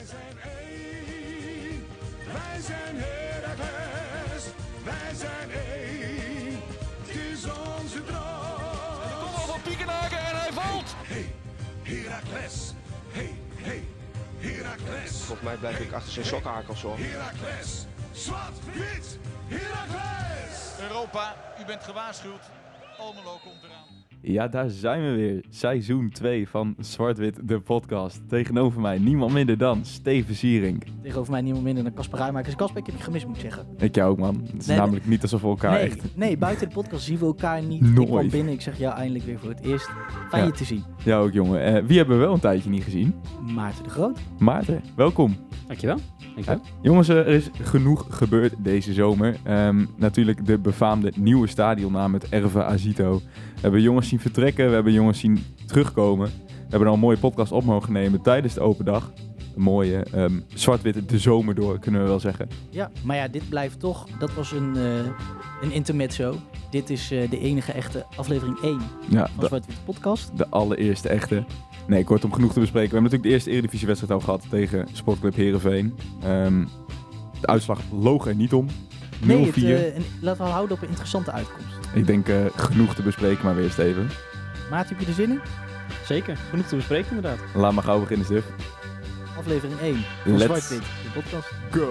zijn één, wij zijn Heracles, wij zijn één, het is onze droom. Kom al van Piekenhaken en hij valt. Hey, Heracles, hey, Heracles. Volgens mij blijf ik achter zijn sokkenhakels hoor. Heracles, zwart-wit, Heracles. Europa, u bent gewaarschuwd. Almelo komt eraan. Ja, daar zijn we weer. Seizoen 2 van Zwart-Wit, de podcast. Tegenover mij niemand minder dan Steven Sierink. Tegenover mij niemand minder dan Casper Ruijmakers. Casper, ik heb je gemist, moet ik zeggen. Ik jou ook, man. Het is Nee, namelijk niet alsof we elkaar echt... Nee, buiten de podcast zien we elkaar niet. Nooit. Ik kwam binnen, ik zeg ja, eindelijk weer voor het eerst. Fijn Ja. je te zien. Ja, ook jongen. Wie hebben we wel een tijdje niet gezien? Maarten de Groot. Maarten, welkom. Dankjewel. Jongens, er is genoeg gebeurd deze zomer. Natuurlijk de befaamde nieuwe stadionnaam, het Erve Azito. We hebben jongens zien vertrekken, we hebben jongens zien terugkomen. We hebben al een mooie podcast op mogen nemen tijdens de open dag. Een mooie zwart-wit de zomer door, kunnen we wel zeggen. Ja, maar ja, dit blijft toch. Dat was een intermezzo. Dit is de enige echte aflevering 1 Ja, van Zwart-Wit podcast. de allereerste echte. Nee, kortom, genoeg te bespreken. We hebben natuurlijk de eerste Eredivisiewedstrijd al gehad tegen Sportclub Heerenveen. De uitslag loog er niet om. 0-4. Nee, laten we houden op een interessante uitkomst. Ik denk genoeg te bespreken, maar weer eens even. Maarten, heb je er zin in? Zeker, genoeg te bespreken inderdaad. Laat maar gauw beginnen, Stef. Aflevering 1 van Let's Zwart-Wit, de podcast. Go!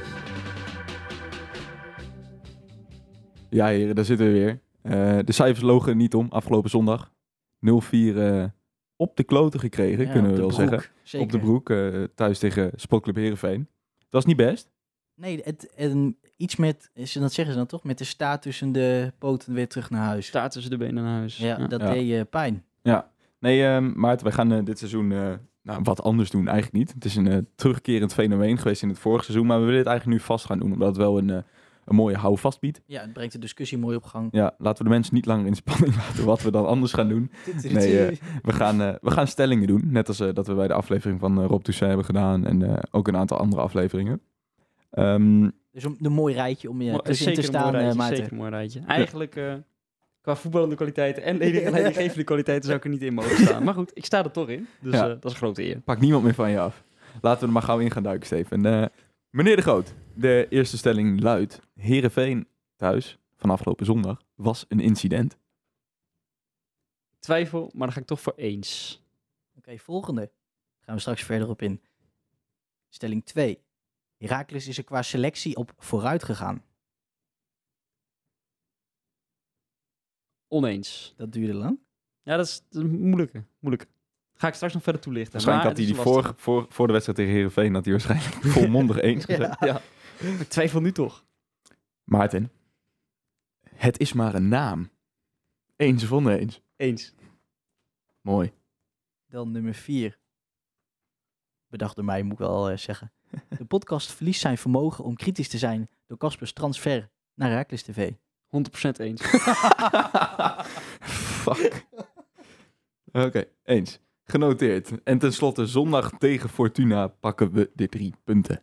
Ja, heren, daar zitten we weer. De cijfers logen er niet om afgelopen zondag. 0-4 op de kloten gekregen, Ja, kunnen we op wel de broek, zeggen. Zeker. Op de broek, thuis tegen Sportclub Heerenveen. Het was niet best. Nee, iets met, dat zeggen ze dan toch, met de staart tussen de poten weer terug naar huis. Staart tussen de benen naar huis. Ja, dat Ja. deed pijn. Ja. Nee, Maarten, wij gaan dit seizoen wat anders doen. Eigenlijk niet. Het is een terugkerend fenomeen geweest in het vorige seizoen. Maar we willen het eigenlijk nu vast gaan doen, omdat het wel een mooie houvast biedt. Ja, het brengt de discussie mooi op gang. Ja, laten we de mensen niet langer in spanning laten wat we dan anders gaan doen. Nee, we gaan stellingen doen. Net als dat we bij de aflevering van Rob Toussaint hebben gedaan. En ook een aantal andere afleveringen. Dus een mooi rijtje om je tussenin te Zeker een mooi staan, rijtje, Maarten. zeker een mooi rijtje. Eigenlijk, qua voetballende kwaliteiten en leidinggevende kwaliteiten zou ik er niet in mogen staan. Maar goed, ik sta er toch in. Dus Ja. dat is een grote eer. Pak niemand meer van je af. Laten we er maar gauw in gaan duiken, Steven. Meneer de Groot, de eerste stelling luidt: Heerenveen thuis van afgelopen zondag was een incident. Twijfel, maar dan ga ik toch voor eens. Oké, volgende. Daar gaan we straks verder op in. Stelling 2. Heracles is er qua selectie op vooruit gegaan. Oneens. Dat duurde lang. Ja, dat is een moeilijke. Ga ik straks nog verder toelichten. Waarschijnlijk had hij die voor de wedstrijd tegen Heerenveen had hij waarschijnlijk volmondig eens gezegd. Ja. Ik twijfel nu toch. Maarten, het is maar een naam. Eens of oneens? Eens. Mooi. Dan nummer 4. Bedacht door mij, moet ik wel zeggen. De podcast verliest zijn vermogen om kritisch te zijn door Caspers transfer naar Heracles TV. 100% eens. Fuck. Oké, eens. Genoteerd. En tenslotte, zondag tegen Fortuna pakken we de 3 punten.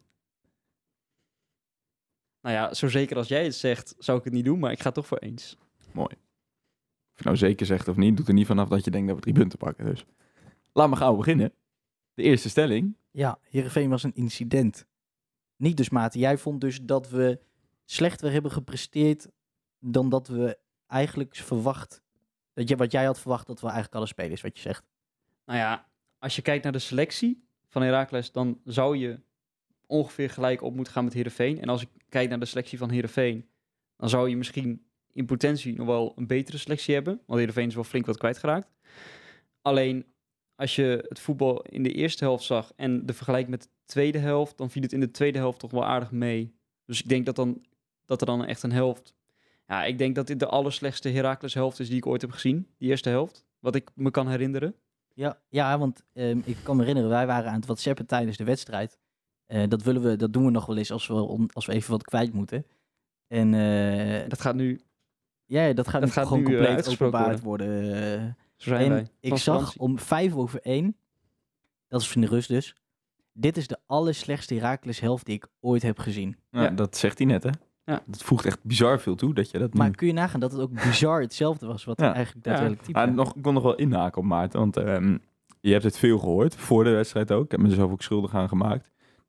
Nou ja, zo zeker als jij het zegt, zou ik het niet doen, maar ik ga toch voor eens. Mooi. Of je nou zeker zegt of niet, doet er niet vanaf dat je denkt dat we 3 punten pakken. Dus laat maar gauw beginnen. De eerste stelling. Ja, Heerenveen was een incident. Niet dus, Maarten. Jij vond dus dat we slechter hebben gepresteerd dan dat we eigenlijk verwacht. Wat jij had verwacht dat we eigenlijk alle spelers, wat je zegt. Nou ja, als je kijkt naar de selectie van Heracles, dan zou je ongeveer gelijk op moeten gaan met Heerenveen. En als ik kijk naar de selectie van Heerenveen, dan zou je misschien in potentie nog wel een betere selectie hebben. Want Heerenveen is wel flink wat kwijtgeraakt. Alleen, als je het voetbal in de eerste helft zag en de vergelijk met de tweede helft, dan viel het in de tweede helft toch wel aardig mee. Dus ik denk dat er dan echt een helft... Ja, ik denk dat dit de allerslechtste Heracles helft is die ik ooit heb gezien. Die eerste helft, wat ik me kan herinneren. Ja, want ik kan me herinneren, wij waren aan het whatsappen tijdens de wedstrijd. Dat doen we nog wel eens als we even wat kwijt moeten. En Dat gaat nu... ja, dat gaat gewoon nu, compleet uitgesproken openbaard worden. Zo zijn wij. Ik zag om 1:05, dat is in de rust dus, dit is de allerslechtste Heracles helft die ik ooit heb gezien. Ja, Ja. dat zegt hij net, hè? Ja. Dat voegt echt bizar veel toe dat je dat Maar nu... kun je nagaan dat het ook bizar hetzelfde was, wat Ja. eigenlijk daadwerkelijk type. Ik kon nog wel inhaken op Maarten, want je hebt het veel gehoord, voor de wedstrijd ook. Ik heb me er zelf ook schuldig aan gemaakt.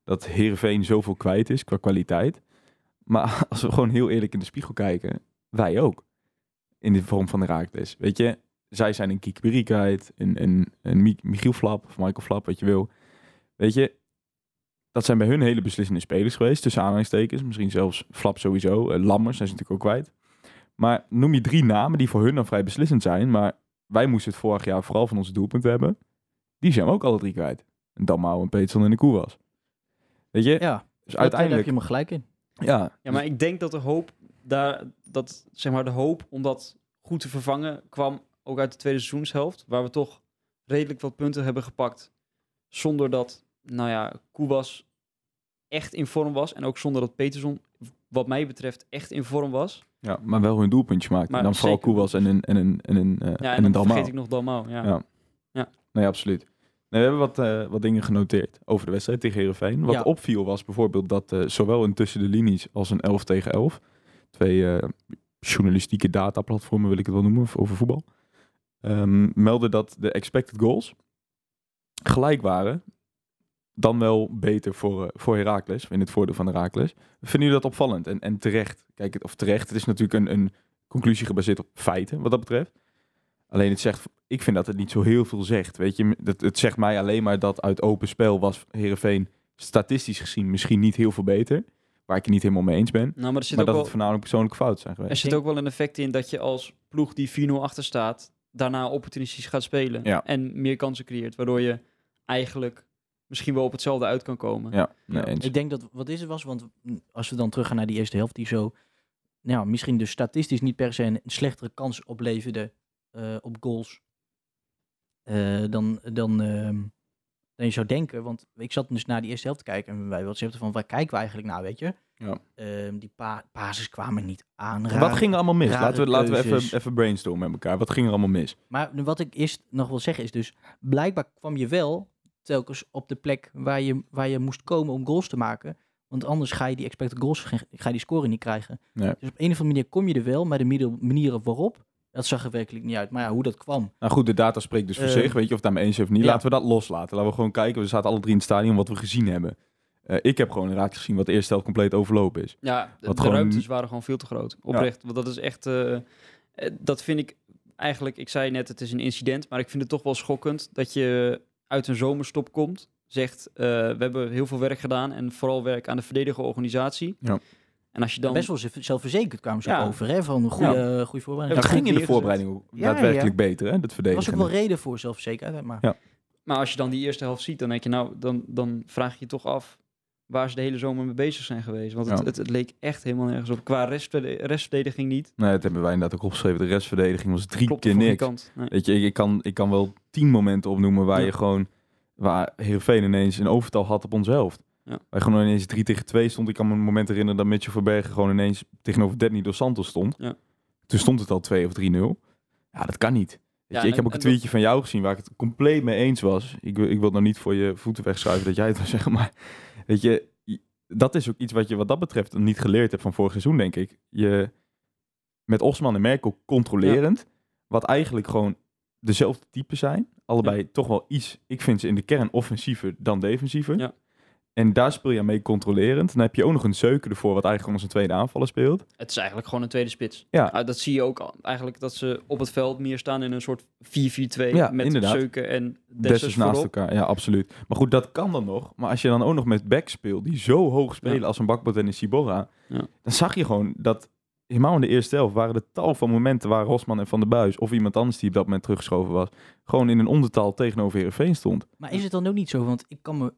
dat Heerenveen zoveel kwijt is qua kwaliteit. Maar als we gewoon heel eerlijk in de spiegel kijken, wij ook. In de vorm van Heracles. Weet je, zij zijn een Kikberi kwijt, een Michiel Flap of Michael Flap, wat je wil. Weet je, dat zijn bij hun hele beslissende spelers geweest, tussen aanhalingstekens. Misschien zelfs Flap sowieso. Lammers zijn ze natuurlijk ook kwijt. Maar noem je 3 namen die voor hun dan vrij beslissend zijn. Maar wij moesten het vorig jaar vooral van onze doelpunten hebben. Die zijn we ook alle 3 kwijt. En Dalmau en Peterson en de Koewas. Weet je? Ja, Dus daar uiteindelijk... heb je me gelijk in. Ja, Ja, maar ik denk dat de hoop de hoop om dat goed te vervangen kwam ook uit de tweede seizoenshelft, waar we toch redelijk wat punten hebben gepakt, zonder dat, Koewas echt in vorm was en ook zonder dat Peterson, wat mij betreft, echt in vorm was. ja, maar wel hun doelpuntjes maakte. Maar En dan vooral zeker. Koewas en een Ja, en en een dan Dalmau. vergeet ik nog Dalmau. Ja. Nee, absoluut. Nee, we hebben wat dingen genoteerd over de wedstrijd tegen Heerenveen. Wat Ja. opviel was bijvoorbeeld dat zowel een tussen de linies als een 11 tegen 11... 2 journalistieke dataplatformen, wil ik het wel noemen, over voetbal... melden dat de expected goals gelijk waren, dan wel beter voor Heracles, in het voordeel van Heracles. Vinden jullie dat opvallend en terecht? Kijk, terecht, het is natuurlijk een conclusie gebaseerd op feiten, wat dat betreft. Alleen ik vind dat het niet zo heel veel zegt. Weet je, het zegt mij alleen maar dat uit open spel was Heerenveen statistisch gezien misschien niet heel veel beter. Waar ik het niet helemaal mee eens ben. Nou, maar er zit Maar ook dat wel, het voornamelijk persoonlijke fouten zijn geweest. er zit ook wel een effect in dat je als ploeg die 4-0 achter staat, daarna opportunistisch gaat spelen Ja. en meer kansen creëert, waardoor je eigenlijk misschien wel op hetzelfde uit kan komen. Ja, nee, eens. Ik denk dat, wat is het was, want als we dan teruggaan naar die eerste helft, die zo, misschien dus statistisch niet per se een slechtere kans opleverde op goals dan je zou denken. Want ik zat dus naar die eerste helft te kijken en wij zeiden van, waar kijken we eigenlijk naar, weet je? Ja. Die basis kwamen niet aan. Wat ging er allemaal mis? rare Laten we keuzes. even brainstormen met elkaar. Wat ging er allemaal mis? Maar wat ik eerst nog wil zeggen is dus, blijkbaar kwam je wel telkens op de plek waar je moest komen om goals te maken. Want anders ga je die expected goals, ga je die score niet krijgen. Ja. Dus op een of andere manier kom je er wel, maar de manieren waarop, dat zag er werkelijk niet uit. Maar ja, hoe dat kwam. Nou goed, de data spreekt dus voor zich. Weet je of het daarmee eens is of niet. ja. Laten we dat loslaten. Laten we gewoon kijken. We zaten alle 3 in het stadion wat we gezien hebben. Ik heb gewoon inderdaad gezien wat de eerste helft compleet overlopen is. Ja, Wat de gewoon- ruimtes waren gewoon veel te groot. Oprecht. Want dat is echt... dat vind ik eigenlijk... Ik zei net, het is een incident. Maar ik vind het toch wel schokkend dat je uit een zomerstop komt. Zegt, we hebben heel veel werk gedaan. En vooral werk aan de verdedigende organisatie. Ja. En als je dan... Best wel zelfverzekerd kwamen ze ook Ja. over, hè? Van een goede voorbereiding. Ja, Het goed ging in de neergezet. voorbereiding ook Ja, daadwerkelijk beter, hè? Dat Er was verdedigen. ook wel reden voor zelfverzekerdheid, maar... Ja. Maar als je dan die eerste helft ziet, dan denk je... Nou, dan vraag je je toch af waar ze de hele zomer mee bezig zijn geweest. Want Ja. het leek echt helemaal nergens op. Qua restverdediging niet. Nee, dat hebben wij inderdaad ook opgeschreven. De restverdediging was 3 Klopte keer voor geen niks. kant. Nee. Weet je, ik kan wel 10 momenten opnoemen waar Ja. je gewoon... Waar Heerenveen ineens een overtal had op onze helft. Ja. Waar gewoon ineens 3 tegen 2 stond. Ik kan me een moment herinneren dat Mitchell Verbergen gewoon ineens tegenover Danny Dos Santos stond. Ja. Toen stond het al 2 of 3-0. Ja, dat kan niet. Weet Ja, je, ik heb ook en een tweetje van jou gezien waar ik het compleet mee eens was. Ik wil het nou niet voor je voeten wegschuiven dat jij het wil zeggen. Maar weet je, dat is ook iets wat je wat dat betreft niet geleerd hebt van vorig seizoen, denk ik. Je met Osman en Merkel controlerend. Wat eigenlijk gewoon dezelfde type zijn. Allebei toch wel iets, ik vind ze in de kern offensiever dan defensiever. Ja. En daar speel je mee controlerend. Dan heb je ook nog een Zeuken ervoor, wat eigenlijk gewoon als een tweede aanvaller speelt. Het is eigenlijk gewoon een tweede spits. Ja. Dat zie je ook al. Eigenlijk dat ze op het veld meer staan in een soort 4-4-2 Ja, met inderdaad. Zeuken en Dessers Dessers naast voorop. elkaar, ja, absoluut. Maar goed, dat kan dan nog. Maar als je dan ook nog met back speelt, die zo hoog spelen Ja. als een Bakbot en een Ciborra, Ja. dan zag je gewoon dat, helemaal in de eerste helft, waren er tal van momenten waar Rosman en Van der Buis, of iemand anders die op dat moment teruggeschoven was, gewoon in een ondertal tegenover Heerenveen stond. Maar is het dan ook niet zo? Want ik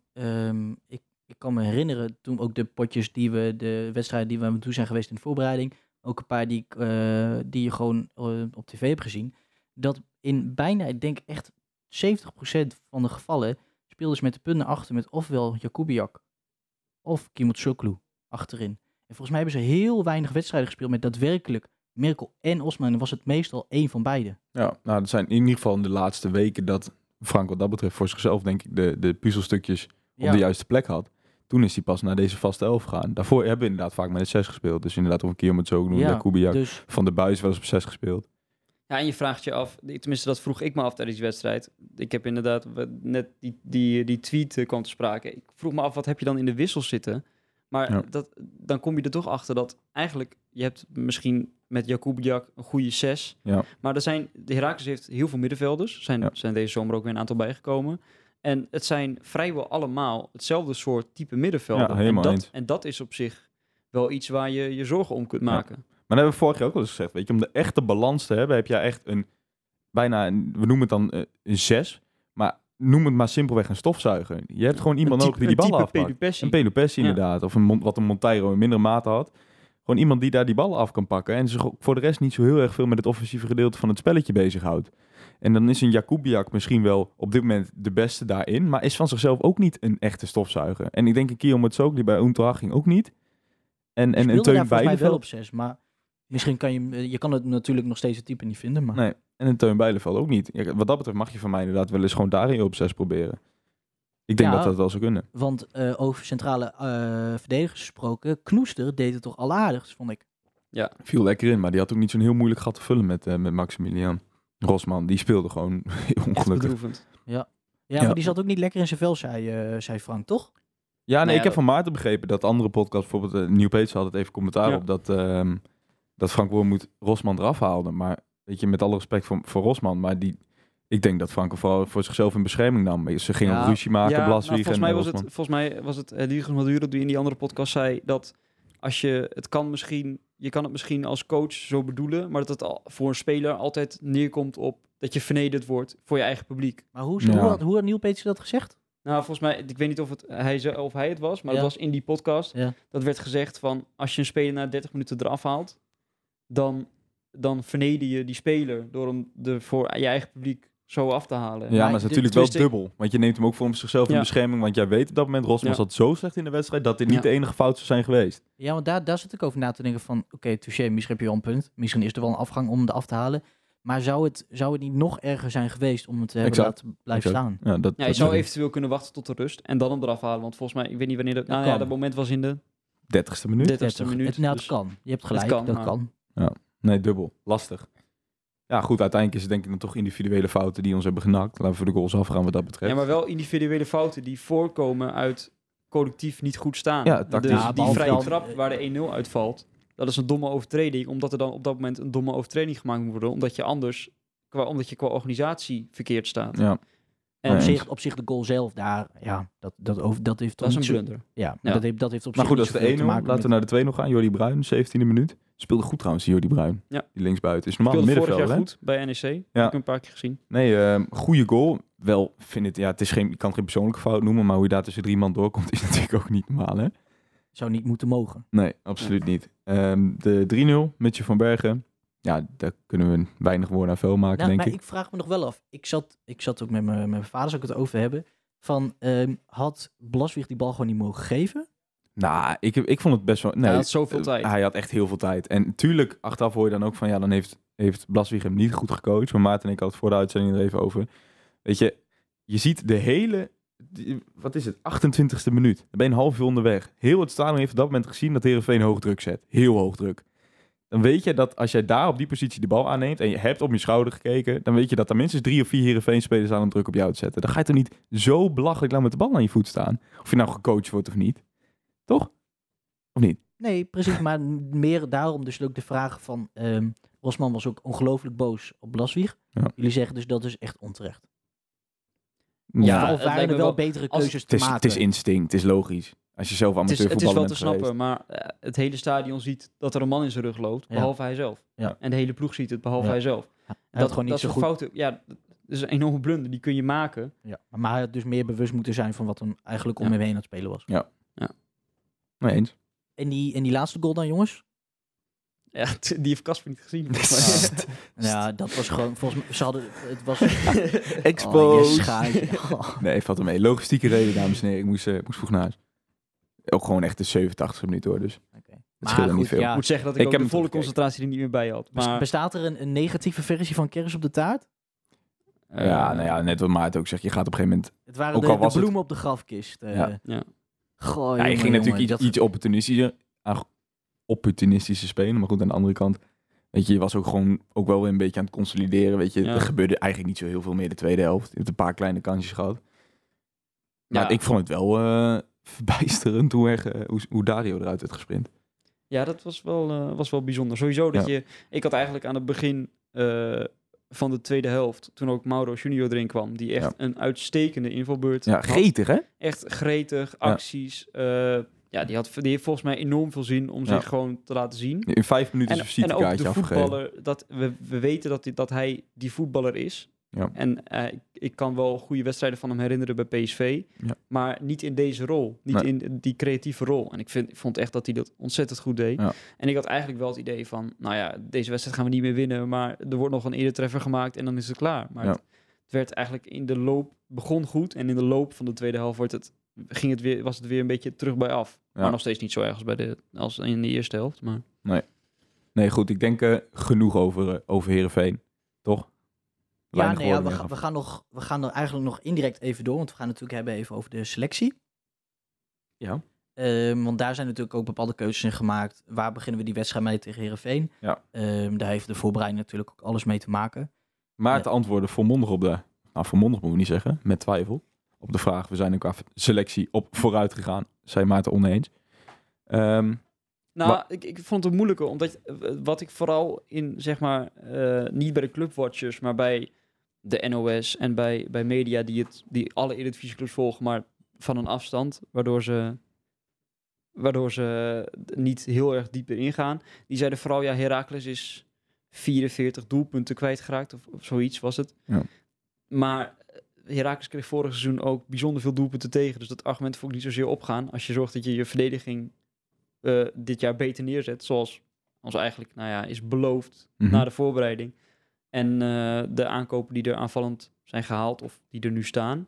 kan me herinneren, toen ook de potjes de wedstrijden die we aan toe zijn geweest in de voorbereiding, ook een paar die je gewoon op tv hebt gezien, dat in bijna, ik denk echt 70% van de gevallen speelden ze met de punten achter met ofwel Jakubiak of Kimotsoglu achterin. En volgens mij hebben ze heel weinig wedstrijden gespeeld met daadwerkelijk Merkel en Osman. En was het meestal één van beide. Ja, nou, dat zijn in ieder geval in de laatste weken dat Frank wat dat betreft voor zichzelf, denk ik, de puzzelstukjes op de juiste plek had. Toen is hij pas naar deze vaste 11 gegaan. Daarvoor hebben we inderdaad vaak met de 6 gespeeld. Dus inderdaad of een keer met zo noemen, Jakubiak. Dus Van der Buis wel eens op 6 gespeeld. Ja, en je vraagt je af, tenminste dat vroeg ik me af tijdens die wedstrijd. Ik heb inderdaad net die tweet kwam te sprake. Ik vroeg me af, wat heb je dan in de wissels zitten? Maar dan kom je er toch achter dat eigenlijk, je hebt misschien met Jakubiak een goede 6. Ja. Maar de Heracles heeft heel veel middenvelders. Zijn deze zomer ook weer een aantal bijgekomen. En het zijn vrijwel allemaal hetzelfde soort type middenvelden. Ja, helemaal eens. En dat is op zich wel iets waar je je zorgen om kunt maken. Maar dat hebben we vorig jaar ook al eens gezegd. Weet je, om de echte balans te hebben, heb je echt we noemen het dan een 6, maar noem het maar simpelweg een stofzuiger. Je hebt gewoon iemand nodig die die ballen afpakt. Een Pelupessi inderdaad, of wat een Monteiro in mindere mate had. Gewoon iemand die daar die ballen af kan pakken en zich ook voor de rest niet zo heel erg veel met het offensieve gedeelte van het spelletje bezighoudt. En dan is een Jakubiak misschien wel op dit moment de beste daarin, maar is van zichzelf ook niet een echte stofzuiger. En ik denk een Guillaume Tsogli bij Unterhaching ook niet. En Speelde Teun daar volgens mij wel Bijleveld op 6, maar misschien kan je kan het natuurlijk nog steeds het type niet vinden. Maar... Nee, en een Teun Bijleveld ook niet. Ja, wat dat betreft mag je van mij inderdaad wel eens gewoon daarin op 6 proberen. Ik denk dat dat wel zou kunnen. Want over centrale verdedigers gesproken, Knoester deed het toch al aardig, vond ik. Ja. Viel lekker in, maar die had ook niet zo'n heel moeilijk gat te vullen met Maximilian. Rosman, die speelde gewoon heel Echt ongelukkig. bedroevend. Ja, maar die zat ook niet lekker in zijn vel, zei Frank, toch? Ja, Nee, ik heb van Maarten begrepen dat andere podcasts, bijvoorbeeld Nieuw Peets had het even commentaar op, dat Frank Wormoed Rosman eraf haalde. Maar weet je, met alle respect voor Rosman, maar ik denk dat Frank hem vooral voor zichzelf in bescherming nam. Ze gingen ook ruzie maken, Blaswieg en Rosman. Volgens mij was het Ligus Maduro die in die andere podcast zei dat je kan het misschien als coach zo bedoelen, maar dat het voor een speler altijd neerkomt op dat je vernederd wordt voor je eigen publiek. Maar hoe had Neil Peeters dat gezegd? Nou, volgens mij, ik weet niet of hij het was, maar het was in die podcast. Ja. Dat werd gezegd van, als je een speler na 30 minuten eraf haalt, dan verneder je die speler door hem voor je eigen publiek zo af te halen. Ja, maar het is natuurlijk wel dubbel. Want je neemt hem ook voor zichzelf in bescherming. Want jij weet op dat moment, Rosman zat zo slecht in de wedstrijd dat dit niet de enige fout zou zijn geweest. Ja, want daar zit ik over na te denken van, oké, touché, misschien heb je wel een punt. Misschien is er wel een afgang om hem af te halen. Maar zou het niet nog erger zijn geweest om het te hebben laten blijven staan? Ja, je zou eventueel kunnen wachten tot de rust en dan hem eraf halen. Want volgens mij, ik weet niet wanneer dat... dat moment was in de 30ste minuut. 30ste minuut. Het kan. Je hebt gelijk, dat kan. Ja. Nee, dubbel. Lastig. Ja, goed, uiteindelijk is het denk ik dan toch individuele fouten die ons hebben genakt. Laten we voor de goals afgaan wat dat betreft. Ja, maar wel individuele fouten die voorkomen uit collectief niet goed staan. Ja, tactisch. Die vrije trap waar de 1-0 uitvalt, dat is een domme overtreding, omdat er dan op dat moment een domme overtreding gemaakt moet worden, omdat je qua organisatie verkeerd staat. Ja. En op zich de goal zelf daar, ja, dat heeft toch dat is niet een blunder. Ja, maar dat heeft op maar zich goed, dat is de 1-0. Laten we naar de 2-0 gaan. Jordi Bruin, 17e minuut. Speelde goed trouwens, Jordi Bruin. Ja. Die linksbuiten. Is normaal speelde middenveld, vorig jaar goed bij NEC. Ja. Heb ik een paar keer gezien. Nee, goede goal. Wel, het is je kan het geen persoonlijke fout noemen, maar hoe je daar tussen 3 man doorkomt is natuurlijk ook niet normaal, hè? Zou niet moeten mogen. Nee, absoluut niet. De 3-0, Mitje van Bergen. Ja, daar kunnen we weinig woorden aan vuil maken, denk ik. Maar ik vraag me nog wel af. Ik zat ook met mijn vader, zou ik het over hebben. Van, had Blaswieg die bal gewoon niet mogen geven? Nou, ik vond het best wel... Nee, hij had zoveel tijd. Hij had echt heel veel tijd. En natuurlijk, achteraf hoor je dan ook van... Ja, dan heeft Blaswieg hem niet goed gecoacht. Maar Maarten en ik had het voor de uitzending er even over. Weet je ziet de hele... Wat is het? 28e minuut. Dan ben je een half uur onderweg. Heel het stadion heeft op dat moment gezien dat Heerenveen hoog druk zet. Heel hoog druk. Dan weet je dat als jij daar op die positie de bal aanneemt en je hebt op je schouder gekeken, dan weet je dat er minstens 3 of 4 Heerenveen-spelers aan een druk op jou te zetten. Dan ga je toch niet zo belachelijk lang met de bal aan je voet staan. Of je nou gecoacht wordt of niet. Toch? Of niet? Nee, precies. Maar meer daarom dus ook de vraag van... Rosman was ook ongelooflijk boos op Blaswieg. Ja. Jullie zeggen dus dat is echt onterecht. Ja, of waren er wel betere keuzes te maken? Het is instinct, het is logisch. Als je zelf amateurvoetballer bent Het is wel te snappen, maar het hele stadion ziet dat er een man in zijn rug loopt, behalve hij zelf. Ja. En de hele ploeg ziet het, behalve hij zelf. Ja, dat gewoon niet zo goed. Fouten, ja, dat is een enorme blunder, die kun je maken. Ja, maar hij had dus meer bewust moeten zijn van wat hem eigenlijk om hem heen aan het spelen was. Ja. Nee, eens. En die laatste goal dan, jongens? Ja, die heeft Casper niet gezien. Ja, dat was gewoon... Volgens mij, ze hadden... Het was... Exposed. Nee, valt er mee. Logistieke reden, dames en heren. Ik moest vroeg naar huis. Ook gewoon echt de 87e minuut hoor, dus het scheelde niet veel. Ik moet zeggen dat ik ook de volle concentratie er niet meer bij had. Maar... Bestaat er een negatieve versie van kers op de taart? Ja, nou ja, net wat Maarten ook zegt. Je gaat op een gegeven moment... Het waren de bloemen op de grafkist. Goh, je ging natuurlijk iets opportunistischer spelen. Maar goed, aan de andere kant... Weet je, je was ook wel weer een beetje aan het consolideren. Weet je, Ja. er gebeurde eigenlijk niet zo heel veel meer de tweede helft. Je hebt een paar kleine kansjes gehad. Maar Ja. ik vond het wel verbijsterend hoe Dario eruit werd gesprint. Ja, dat was wel bijzonder. Sowieso dat ik had eigenlijk aan het begin van de tweede helft, toen ook Mauro Junior erin kwam, die echt een uitstekende invalbeurt Ja, had. gretig hè? Echt gretig, acties. Die heeft volgens mij enorm veel zin om zich gewoon te laten zien. In 5 minuten is een En ook visitekaartje de afgegeven. voetballer, we weten dat hij die voetballer is. Ja. En ik kan wel goede wedstrijden van hem herinneren bij PSV. Ja. Maar niet in deze rol. Niet Nee. in die creatieve rol. En ik vond echt dat hij dat ontzettend goed deed. Ja. En ik had eigenlijk wel het idee van... Nou ja, deze wedstrijd gaan we niet meer winnen. Maar er wordt nog een eerder treffer gemaakt en dan is het klaar. Maar Ja. het werd eigenlijk in de loop... Begon goed. En in de loop van de tweede helft was het weer een beetje terug bij af. Ja. Maar nog steeds niet zo erg als in de eerste helft. Maar... Nee, goed. Ik denk genoeg over Heerenveen. Toch? Weinig woorden meer af. we gaan er eigenlijk nog indirect even door, want we gaan het natuurlijk hebben even over de selectie. Ja. Want daar zijn natuurlijk ook bepaalde keuzes in gemaakt. Waar beginnen we die wedstrijd mee tegen Heerenveen? Ja. Daar heeft de voorbereiding natuurlijk ook alles mee te maken. Maar te antwoorden volmondig volmondig moeten we niet zeggen, met twijfel. Op de vraag, we zijn ook qua selectie op vooruit gegaan. Zei Maarten oneens. Ik vond het moeilijker, omdat wat ik vooral in, zeg maar, niet bij de clubwatchers, maar bij de NOS en bij media die alle Eredivisieclubs volgen, maar van een afstand, waardoor ze niet heel erg diep erin gaan. Die zeiden vooral, ja, Heracles is 44 doelpunten kwijtgeraakt, of zoiets was het. Ja. Maar Heracles kreeg vorig seizoen ook bijzonder veel doelpunten tegen, dus dat argument vond ik niet zozeer opgaan. Als je zorgt dat je verdediging dit jaar beter neerzet, zoals eigenlijk is beloofd na de voorbereiding. En de aankopen die er aanvallend zijn gehaald of die er nu staan,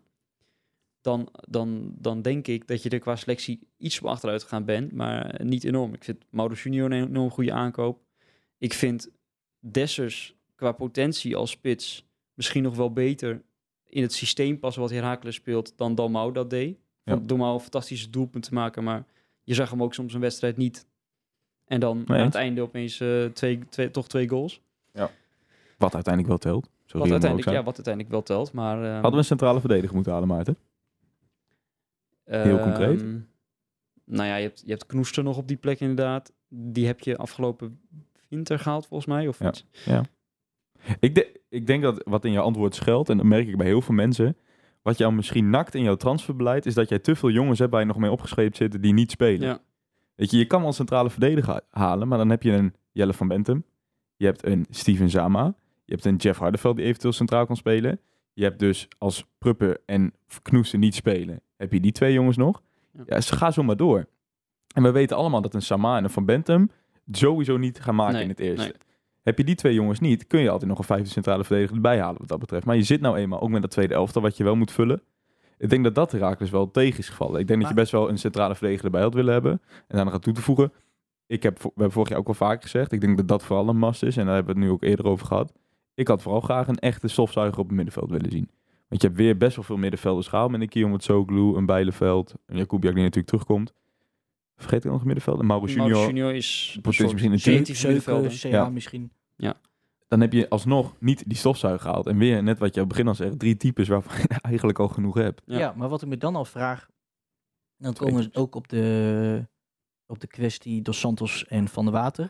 dan denk ik dat je er qua selectie iets op achteruit gegaan bent, maar niet enorm. Ik vind Mauro Junior een enorm goede aankoop. Ik vind Dessers qua potentie als spits misschien nog wel beter in het systeem passen wat Heracles speelt dan Dalmau dat deed. Ja. Dalmau een fantastische doelpunt te maken, maar je zag hem ook soms een wedstrijd niet. En dan Nee, aan het einde opeens toch twee goals. Wat uiteindelijk wel telt. Wat uiteindelijk wel telt. Maar, Hadden we een centrale verdediger moeten halen, Maarten? heel concreet? Nou ja, je hebt Knoester nog op die plek inderdaad. Die heb je afgelopen winter gehaald volgens mij. Of iets. Ja. Ik denk dat wat in jouw antwoord schuilt, en dat merk ik bij heel veel mensen, wat jou misschien nakt in jouw transferbeleid, is dat jij te veel jongens hebt waar je nog mee opgeschreven zitten die niet spelen. Ja. Weet je kan wel een centrale verdediger halen, maar dan heb je een Jelle van Bentum, je hebt een Steven Zama, je hebt een Jeff Hardeveld die eventueel centraal kan spelen. Je hebt dus als Pruppen en Knoester niet spelen, heb je die twee jongens nog. Ja, ze gaan zo maar door. En we weten allemaal dat een Sama en een Van Bentum sowieso niet gaan maken in het eerste. Nee. Heb je die twee jongens niet, kun je altijd nog een vijfde centrale verdediger erbij halen wat dat betreft. Maar je zit nou eenmaal ook met dat tweede elftal wat je wel moet vullen. Ik denk dat Heracles wel tegen is gevallen. Ik denk dat je best wel een centrale verdediger erbij had willen hebben. En daar nog aan toe te voegen. We hebben vorig jaar ook wel vaker gezegd. Ik denk dat dat vooral een must is. En daar hebben we het nu ook eerder over gehad. Ik had vooral graag een echte stofzuiger op het middenveld willen zien. Want je hebt weer best wel veel middenvelders gehaald. Met een Guillaume Tsoglu, een Bijleveld, een Jakubiak die natuurlijk terugkomt. Vergeet ik nog een middenveld? Een Mauro Junior is potentie misschien een creatieve middenvelder. CA misschien. Dan heb je alsnog niet die stofzuiger gehaald. En weer, net wat je op het begin al zegt, 3 types waarvan je eigenlijk al genoeg hebt. Ja, maar wat ik me dan al vraag, dan komen we ook op de kwestie Dos Santos en Van der Water.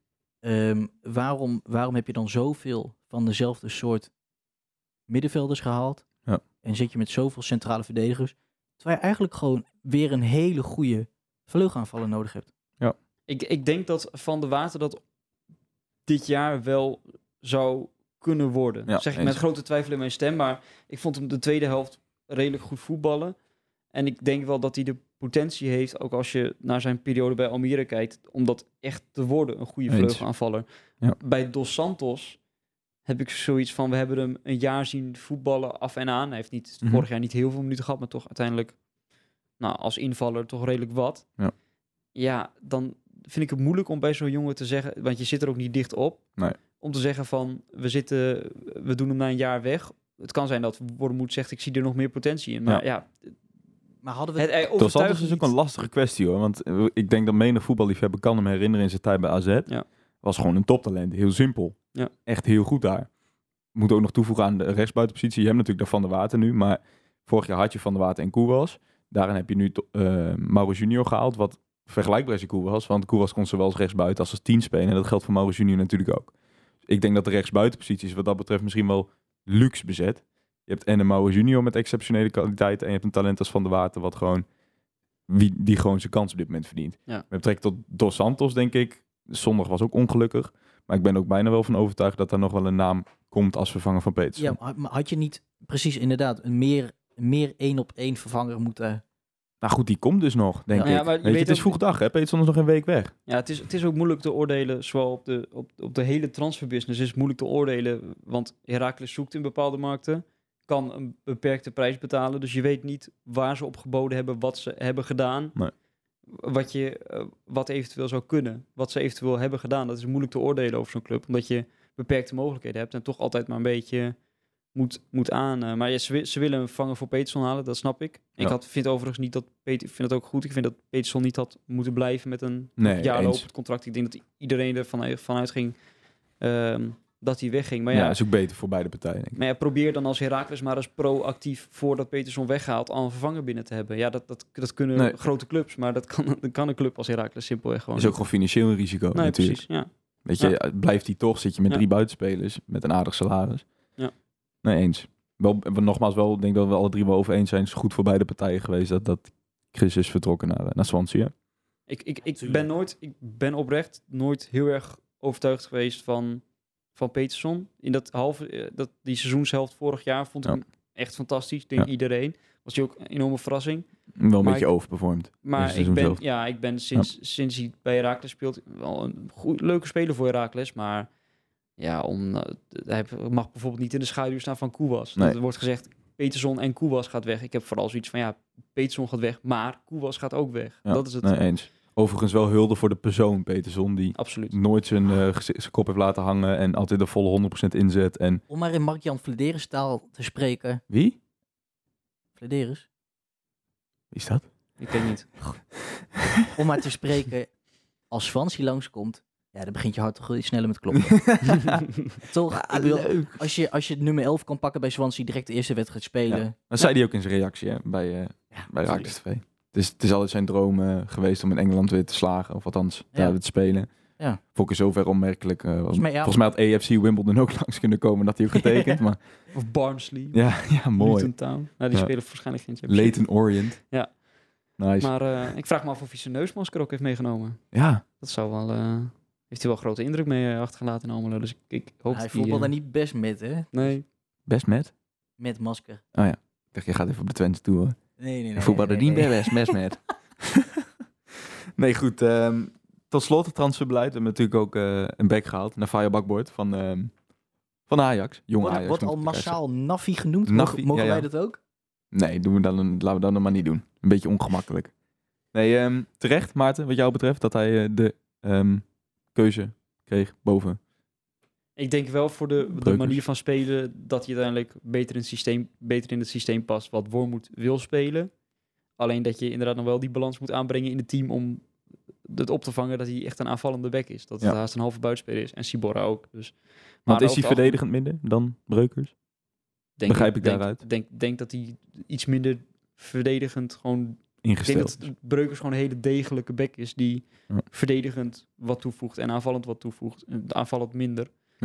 Waarom heb je dan zoveel van dezelfde soort middenvelders gehaald? Ja. En zit je met zoveel centrale verdedigers, terwijl je eigenlijk gewoon weer een hele goede vleugelaanvaller nodig hebt. Ja. Ik denk dat Van der Water dat dit jaar wel zou kunnen worden. Ja, zeg ik met grote twijfel in mijn stem, maar ik vond hem de tweede helft redelijk goed voetballen. En ik denk wel dat hij de potentie heeft, ook als je naar zijn periode bij Almere kijkt, om dat echt te worden, een goede vleugelaanvaller. Ja. Bij Dos Santos heb ik zoiets van, we hebben hem een jaar zien voetballen af en aan. Hij heeft niet vorig jaar niet heel veel minuten gehad, maar toch uiteindelijk als invaller toch redelijk wat. Ja, dan vind ik het moeilijk om bij zo'n jongen te zeggen, want je zit er ook niet dicht op, om te zeggen van, we doen hem na een jaar weg. Het kan zijn dat Wormoed zegt, ik zie er nog meer potentie in. Maar maar hadden we Dos Santos is ook een lastige kwestie hoor. Want ik denk dat menig voetballiefhebber kan hem herinneren in zijn tijd bij AZ. Ja. was gewoon een toptalent. Heel simpel. Ja. Echt heel goed daar. Moet ook nog toevoegen aan de rechtsbuitenpositie. Je hebt natuurlijk daar Van der Water nu, maar vorig jaar had je Van der Water en Koewas. Daarin heb je nu Mauro Junior gehaald, wat vergelijkbaar is aan Koewas. Want Koewas kon zowel als rechtsbuiten als 10 spelen. En dat geldt voor Mauro Junior natuurlijk ook. Dus ik denk dat de rechtsbuitenpositie is wat dat betreft misschien wel luxe bezet. Je hebt en een Mauro Junior met exceptionele kwaliteiten en je hebt een talent als Van der Water wat gewoon die gewoon zijn kans op dit moment verdient. Ja. Met betrekking tot Dos Santos denk ik, zondag was ook ongelukkig. Maar ik ben ook bijna wel van overtuigd dat daar nog wel een naam komt als vervanger van Petersen. Ja, maar had je niet precies inderdaad een meer 1-op-1 vervanger moeten... Nou goed, die komt dus nog, denk Ja, ik. maar je Weet je, weet het is ook- vroeg dag, hè? Petersen is nog een week weg. Ja, het is ook moeilijk te oordelen, zowel op de hele transferbusiness is het moeilijk te oordelen, want Heracles zoekt in bepaalde markten, kan een beperkte prijs betalen, dus je weet niet waar ze op geboden hebben, wat ze hebben gedaan, Nee. wat eventueel zou kunnen, wat ze eventueel hebben gedaan. Dat is moeilijk te oordelen over zo'n club, omdat je beperkte mogelijkheden hebt en toch altijd maar een beetje moet aan. Maar ja, ze willen een vervanger voor Peterson halen, dat snap ik. Ja. Vind overigens niet dat ik vind het ook goed. Ik vind dat Peterson niet had moeten blijven met een Nee, jaar eens. lopend contract. Ik denk dat iedereen ervan vanuit ging dat hij wegging. Maar Ja, ja, is ook beter voor beide partijen, denk ik. maar ja, probeer dan als Heracles maar eens proactief voordat Peterson weggaat al een vervanger binnen te hebben. Ja, dat kunnen Nee. grote clubs, maar dat kan een club als Heracles simpelweg gewoon is ook gewoon financieel een risico niet. natuurlijk. Precies, ja. Weet je, blijft hij toch, zit je met Ja. 3 buitenspelers met een aardig salaris. Ja. Nee, eens. Wel, nogmaals, ik denk dat we alle 3 wel over eens zijn. Het is goed voor beide partijen geweest dat Chris is vertrokken naar Swansea. Ik ben oprecht nooit heel erg overtuigd geweest van Peterson. In dat die seizoenshelft vorig jaar vond ik Ja. hem echt fantastisch. Ik denk Ja. iedereen. Was hij ook een enorme verrassing. Wel een Maar beetje overperformed. Maar Dit seizoen zelf. ik ben sinds hij bij Heracles speelt wel een leuke speler voor Heracles. Maar ja, hij mag bijvoorbeeld niet in de schaduw staan van Koewas. Nee. Er wordt gezegd, Peterson en Koewas gaat weg. Ik heb vooral zoiets van, ja, Peterson gaat weg, maar Koewas gaat ook weg. Ja, Dat is het. Nee, eens. Overigens wel hulde voor de persoon Peterson, die Absoluut. nooit zijn kop heeft laten hangen en altijd de volle 100% inzet. En Om maar in Mark-Jan Vladeris taal te spreken. wie? Vladeris? Wie is dat? Ik weet niet. Om maar te spreken, als Swansea langskomt, ja, dan begint je hart toch iets sneller met kloppen. Toch? Ik bedoel, als je het nummer 11 kan pakken bij Swansea, direct de eerste wedstrijd spelen. Ja. Dat zei hij ook in zijn reactie hè, bij Heracles TV. Het is altijd zijn droom geweest om in Engeland weer te slagen. Of althans, daar weer te spelen. Ja. Vond ik in zover onmerkelijk. Volgens mij, ja. Volgens mij had AFC Wimbledon ook langs kunnen komen dat hij ook getekend. Maar Of Barnsley. ja, mooi. Luton Town. Nou, die Ja. spelen waarschijnlijk geen Championship. Leyton Orient. Ja. Nice. Maar ik vraag me af of hij zijn neusmasker ook heeft meegenomen. Ja. Dat zou wel... heeft hij wel grote indruk mee achtergelaten in Almelo. Dus ik hoop Hij dat hij... voetbalde daar niet best met, hè? Nee. Best met? Met masker. Oh ja. Ik dacht, je gaat even op de Twente toe hoor. Nee. Voetbalde niet best met. Nee, goed. Tot slot het transferbeleid. We hebben natuurlijk ook een back gehaald. Navaja Bakboord van Ajax. Jong Ajax. Wordt al moet ik erbij zeggen. massaal Naffi genoemd? Naffi, Mogen ja, wij ja. dat ook? Nee, laten we dat dan maar niet doen. Een beetje ongemakkelijk. Nee, terecht Maarten, wat jou betreft, dat hij de keuze kreeg boven. Ik denk wel voor de Breukers. manier van spelen dat hij uiteindelijk beter in het systeem past wat Wormoed wil spelen. Alleen dat je inderdaad nog wel die balans moet aanbrengen in het team om het op te vangen dat hij echt een aanvallende back is. Dat het Ja. haast een halve buitenspeler is. En Sibora ook. Dus, Want is over hij het verdedigend minder dan Breukers? Begrijp ik daaruit? Denk dat hij iets minder verdedigend gewoon... Ik denk Ingesteld. dat Breukers gewoon een hele degelijke back is die Ja. verdedigend wat toevoegt en aanvallend wat toevoegt. Aanvallend minder.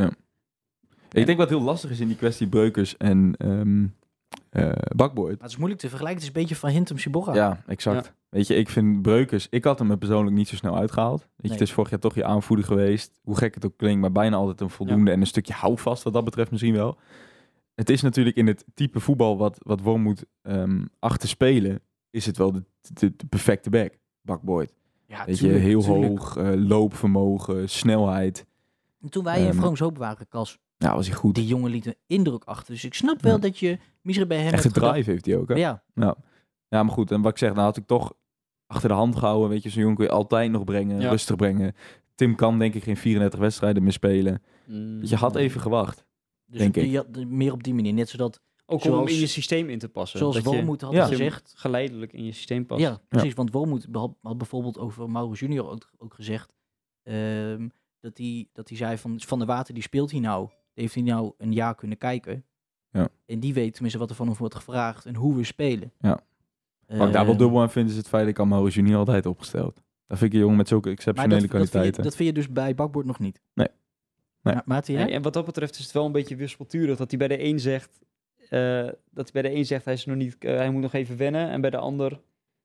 Ik denk wat heel lastig is in die kwestie Breukers en Bakboord. Maar het is moeilijk te vergelijken. Het is een beetje van Hintem Sibora. Ja, exact. Weet je, ik vind Breukers... Ik had hem er persoonlijk niet zo snel uitgehaald. Weet je, Nee. het is vorig jaar toch je aanvoerder geweest. Hoe gek het ook klinkt, maar bijna altijd een voldoende. En een stukje houvast wat dat betreft misschien wel. Het is natuurlijk in het type voetbal wat Wormoed achter spelen... is het wel de perfecte back, Bakboord. Ja, Weet tuurlijk, je, heel tuurlijk. hoog, loopvermogen, snelheid. Toen wij in Ehm, Vrooms Hoop waren, Kas, Ja, was hij goed. die jongen liet een indruk achter. Dus ik snap wel Ja. dat je misschien bij hem Echt een hebt gedacht- drive heeft hij ook, hè? Ja, Ja, maar goed. En wat ik zeg, nou had ik toch achter de hand gehouden. Weet je, zo'n jongen kun je altijd nog brengen, Ja. rustig brengen. Tim kan denk ik geen 34 wedstrijden meer spelen. Je had even gewacht. dus Denk ik. meer op die manier. Net zodat, Ook om hem Zoals- in je systeem in te passen. zoals dat je Wormoed had Ja. gezegd. geleidelijk in je systeem past. Ja, precies. Want Wormoed had bijvoorbeeld over Mauro Junior ook gezegd... dat hij zei van der Water, die speelt hij nou. Heeft hij nou een jaar kunnen kijken. Ja. En die weet tenminste wat er van hem wordt gevraagd en hoe we spelen. Ja. Wat ik daar wel dubbel aan vind, is het feit dat ik Amaro Junior altijd opgesteld. Dat vind ik een jongen met zulke exceptionele kwaliteiten. Dat vind je dus bij Bakboord nog niet? Nee. Maarten, jij? En wat dat betreft is het wel een beetje wispelturig dat hij bij de een zegt... hij is nog niet, hij moet nog even wennen. En bij de ander...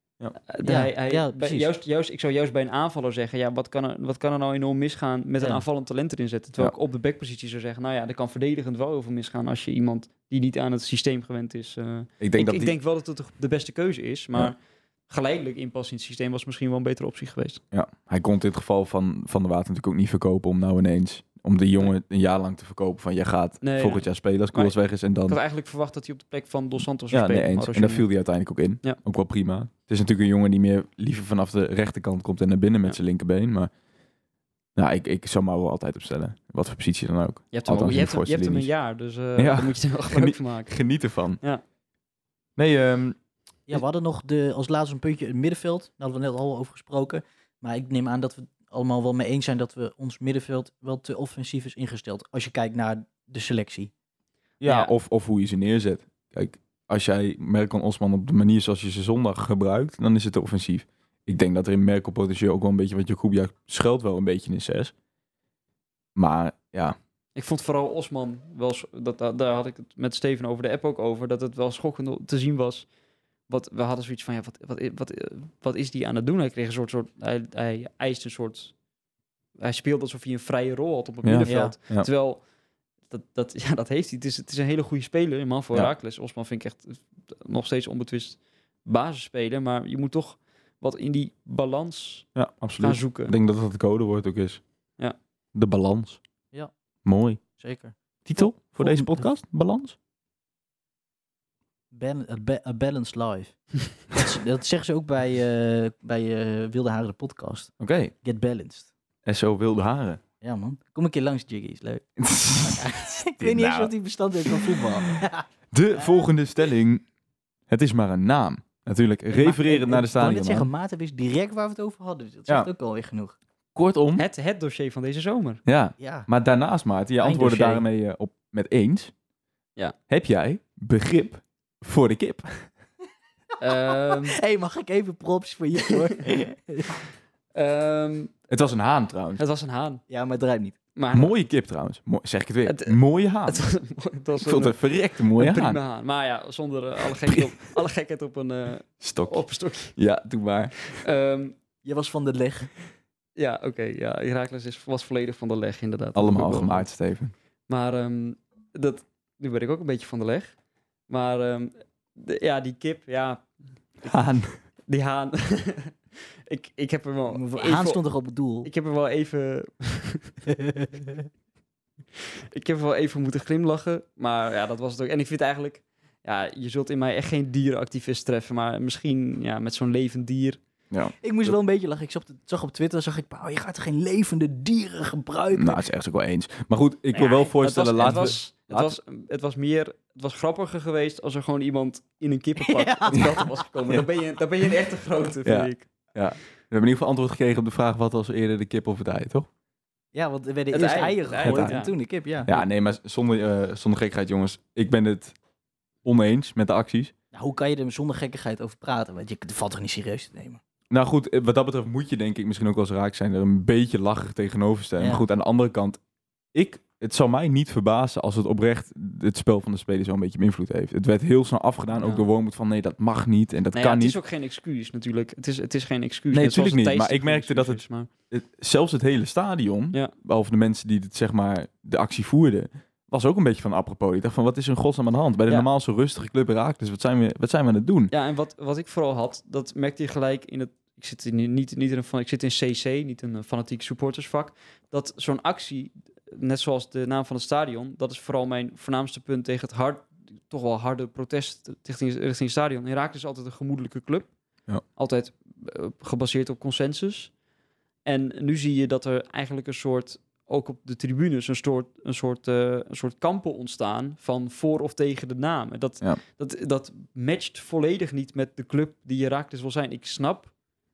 precies. Ik zou juist bij een aanvaller zeggen... Ja, wat kan er nou enorm misgaan met een aanvallend talent erin zetten? Terwijl ik op de backpositie zou zeggen... Nou ja, er kan verdedigend wel heel veel misgaan... als je iemand die niet aan het systeem gewend is... Ik denk wel dat het de beste keuze is. Maar geleidelijk inpassen in het systeem... was misschien wel een betere optie geweest. Ja, hij kon in dit geval van der Water natuurlijk ook niet verkopen... om nou ineens... om de jongen een jaar lang te verkopen van... jij gaat volgend jaar spelen als Koers weg is en dan... Ik had eigenlijk verwacht dat hij op de plek van Dos Santos zou spelen. Ja, nee eens. En daar viel hij uiteindelijk ook in. Ja. Ook wel prima. Het is natuurlijk een jongen die meer liever vanaf de rechterkant komt... en naar binnen met zijn linkerbeen. Maar nou, ik zou me wel altijd opstellen. Wat voor positie dan ook. Je hebt hem een jaar, dus daar moet je er wel gebruik van maken. Geniet ervan. Ja. Nee, we hadden nog als laatste een puntje het middenveld. Daar hadden we net al over gesproken. Maar ik neem aan dat we allemaal wel mee eens zijn dat we ons middenveld wel te offensief is ingesteld. Als je kijkt naar de selectie. Ja. Of hoe je ze neerzet. Kijk, als jij Merkel Osman op de manier zoals je ze zondag gebruikt, dan is het te offensief. Ik denk dat er in Merkel potentieel ook wel een beetje, wat Jakubia schuilt wel een beetje in 6. Maar ja. Ik vond vooral Osman wel, daar had ik het met Steven over de app ook over, dat het wel schokkend te zien was. We hadden zoiets van, wat is die aan het doen? Hij kreeg een soort hij eist een soort... Hij speelde alsof hij een vrije rol had op het middenveld. Ja. Terwijl, dat heeft hij. Het is een hele goede speler, een man voor Heracles. Osman vind ik echt nog steeds onbetwist basisspeler. Maar je moet toch wat in die balans gaan zoeken. Ik denk dat dat het codewoord ook is. Ja. De balans. Ja. Mooi. Zeker. Titel voor deze podcast? Balans? A Balanced Life. dat zeggen ze ook bij Wilde Haren de podcast. Oké. Get Balanced. SO Wilde Haren. Ja man. Kom een keer langs, Jiggy. Is leuk. Ik weet niet eens wat hij verstand heeft van voetbal. De volgende stelling. Het is maar een naam. Natuurlijk, refererend naar de stadion. Ik kan net zeggen, Maarten wist direct waar we het over hadden. Dus dat zegt ook alweer genoeg. Kortom. Het dossier van deze zomer. Ja. Maar daarnaast, Maarten, je antwoordde daarmee op met eens. Ja. Heb jij begrip voor de kip? Hey, mag ik even props voor je hoor? Het was een haan trouwens. Het was een haan. Ja, maar het draait niet. Maar mooie kip trouwens. Zeg ik het weer. Mooie haan. Het was ik vond het een verrekte mooie haan. Maar ja, zonder alle gekheid op een stok. Op een stokje. Ja, doe maar. Je was van de leg. Ja, oké. Ja, Heracles was volledig van de leg inderdaad. Allemaal gemaakt, Steven. Maar nu ben ik ook een beetje van de leg. Maar die kip, ja. Haan. Die haan. ik heb er wel... Haan stond toch op het doel? Ik heb er wel even... ik heb er wel even moeten glimlachen. Maar ja, dat was het ook. En ik vind eigenlijk... Ja, je zult in mij echt geen dierenactivist treffen. Maar misschien met zo'n levend dier... Ja. Ik moest wel een beetje lachen. Ik zag op Twitter, je gaat er geen levende dieren gebruiken. Nou, dat is echt ook wel eens. Maar goed, ik wil wel voorstellen, het was grappiger geweest als er gewoon iemand in een kippenpak het veld was gekomen. Dan ben je een echte grote, vind ik. Ja. We hebben in ieder geval antwoord gekregen op de vraag, wat was eerder de kip of het ei, toch? Ja, want er werden eerst eieren gegooid en toen de kip, Ja, nee, maar zonder gekkigheid, jongens. Ik ben het oneens met de acties. Nou, hoe kan je er zonder gekkigheid over praten? Want het valt toch niet serieus te nemen? Nou goed, wat dat betreft moet je denk ik misschien ook wel eens raak zijn er een beetje lachig tegenover stellen. Ja. Maar goed, aan de andere kant, het zal mij niet verbazen als het oprecht het spel van de spelers wel een beetje beïnvloed heeft. Het werd heel snel afgedaan, ook door Wormoed van nee, dat mag niet en dat kan niet. Het is ook geen excuus natuurlijk. Het is geen excuus. Nee, natuurlijk niet. Maar ik merkte dat zelfs het hele stadion, behalve de mensen die de actie voerden, was ook een beetje van apropos. Ik dacht van, wat is er in godsnaam aan de hand? Bij de normaal zo rustige club Heracles, wat zijn we aan het doen? Ja, en wat ik vooral had, dat merkte je gelijk in het... Ik zit in CC, niet een fanatiek supportersvak. Dat zo'n actie, net zoals de naam van het stadion, dat is vooral mijn voornaamste punt tegen het toch wel harde protest richting het stadion. Heracles is altijd een gemoedelijke club. Ja. Altijd gebaseerd op consensus. En nu zie je dat er eigenlijk een soort... ook op de tribunes een soort kampen ontstaan van voor of tegen de naam. Dat matcht volledig niet met de club die Heracles wil zijn. Ik snap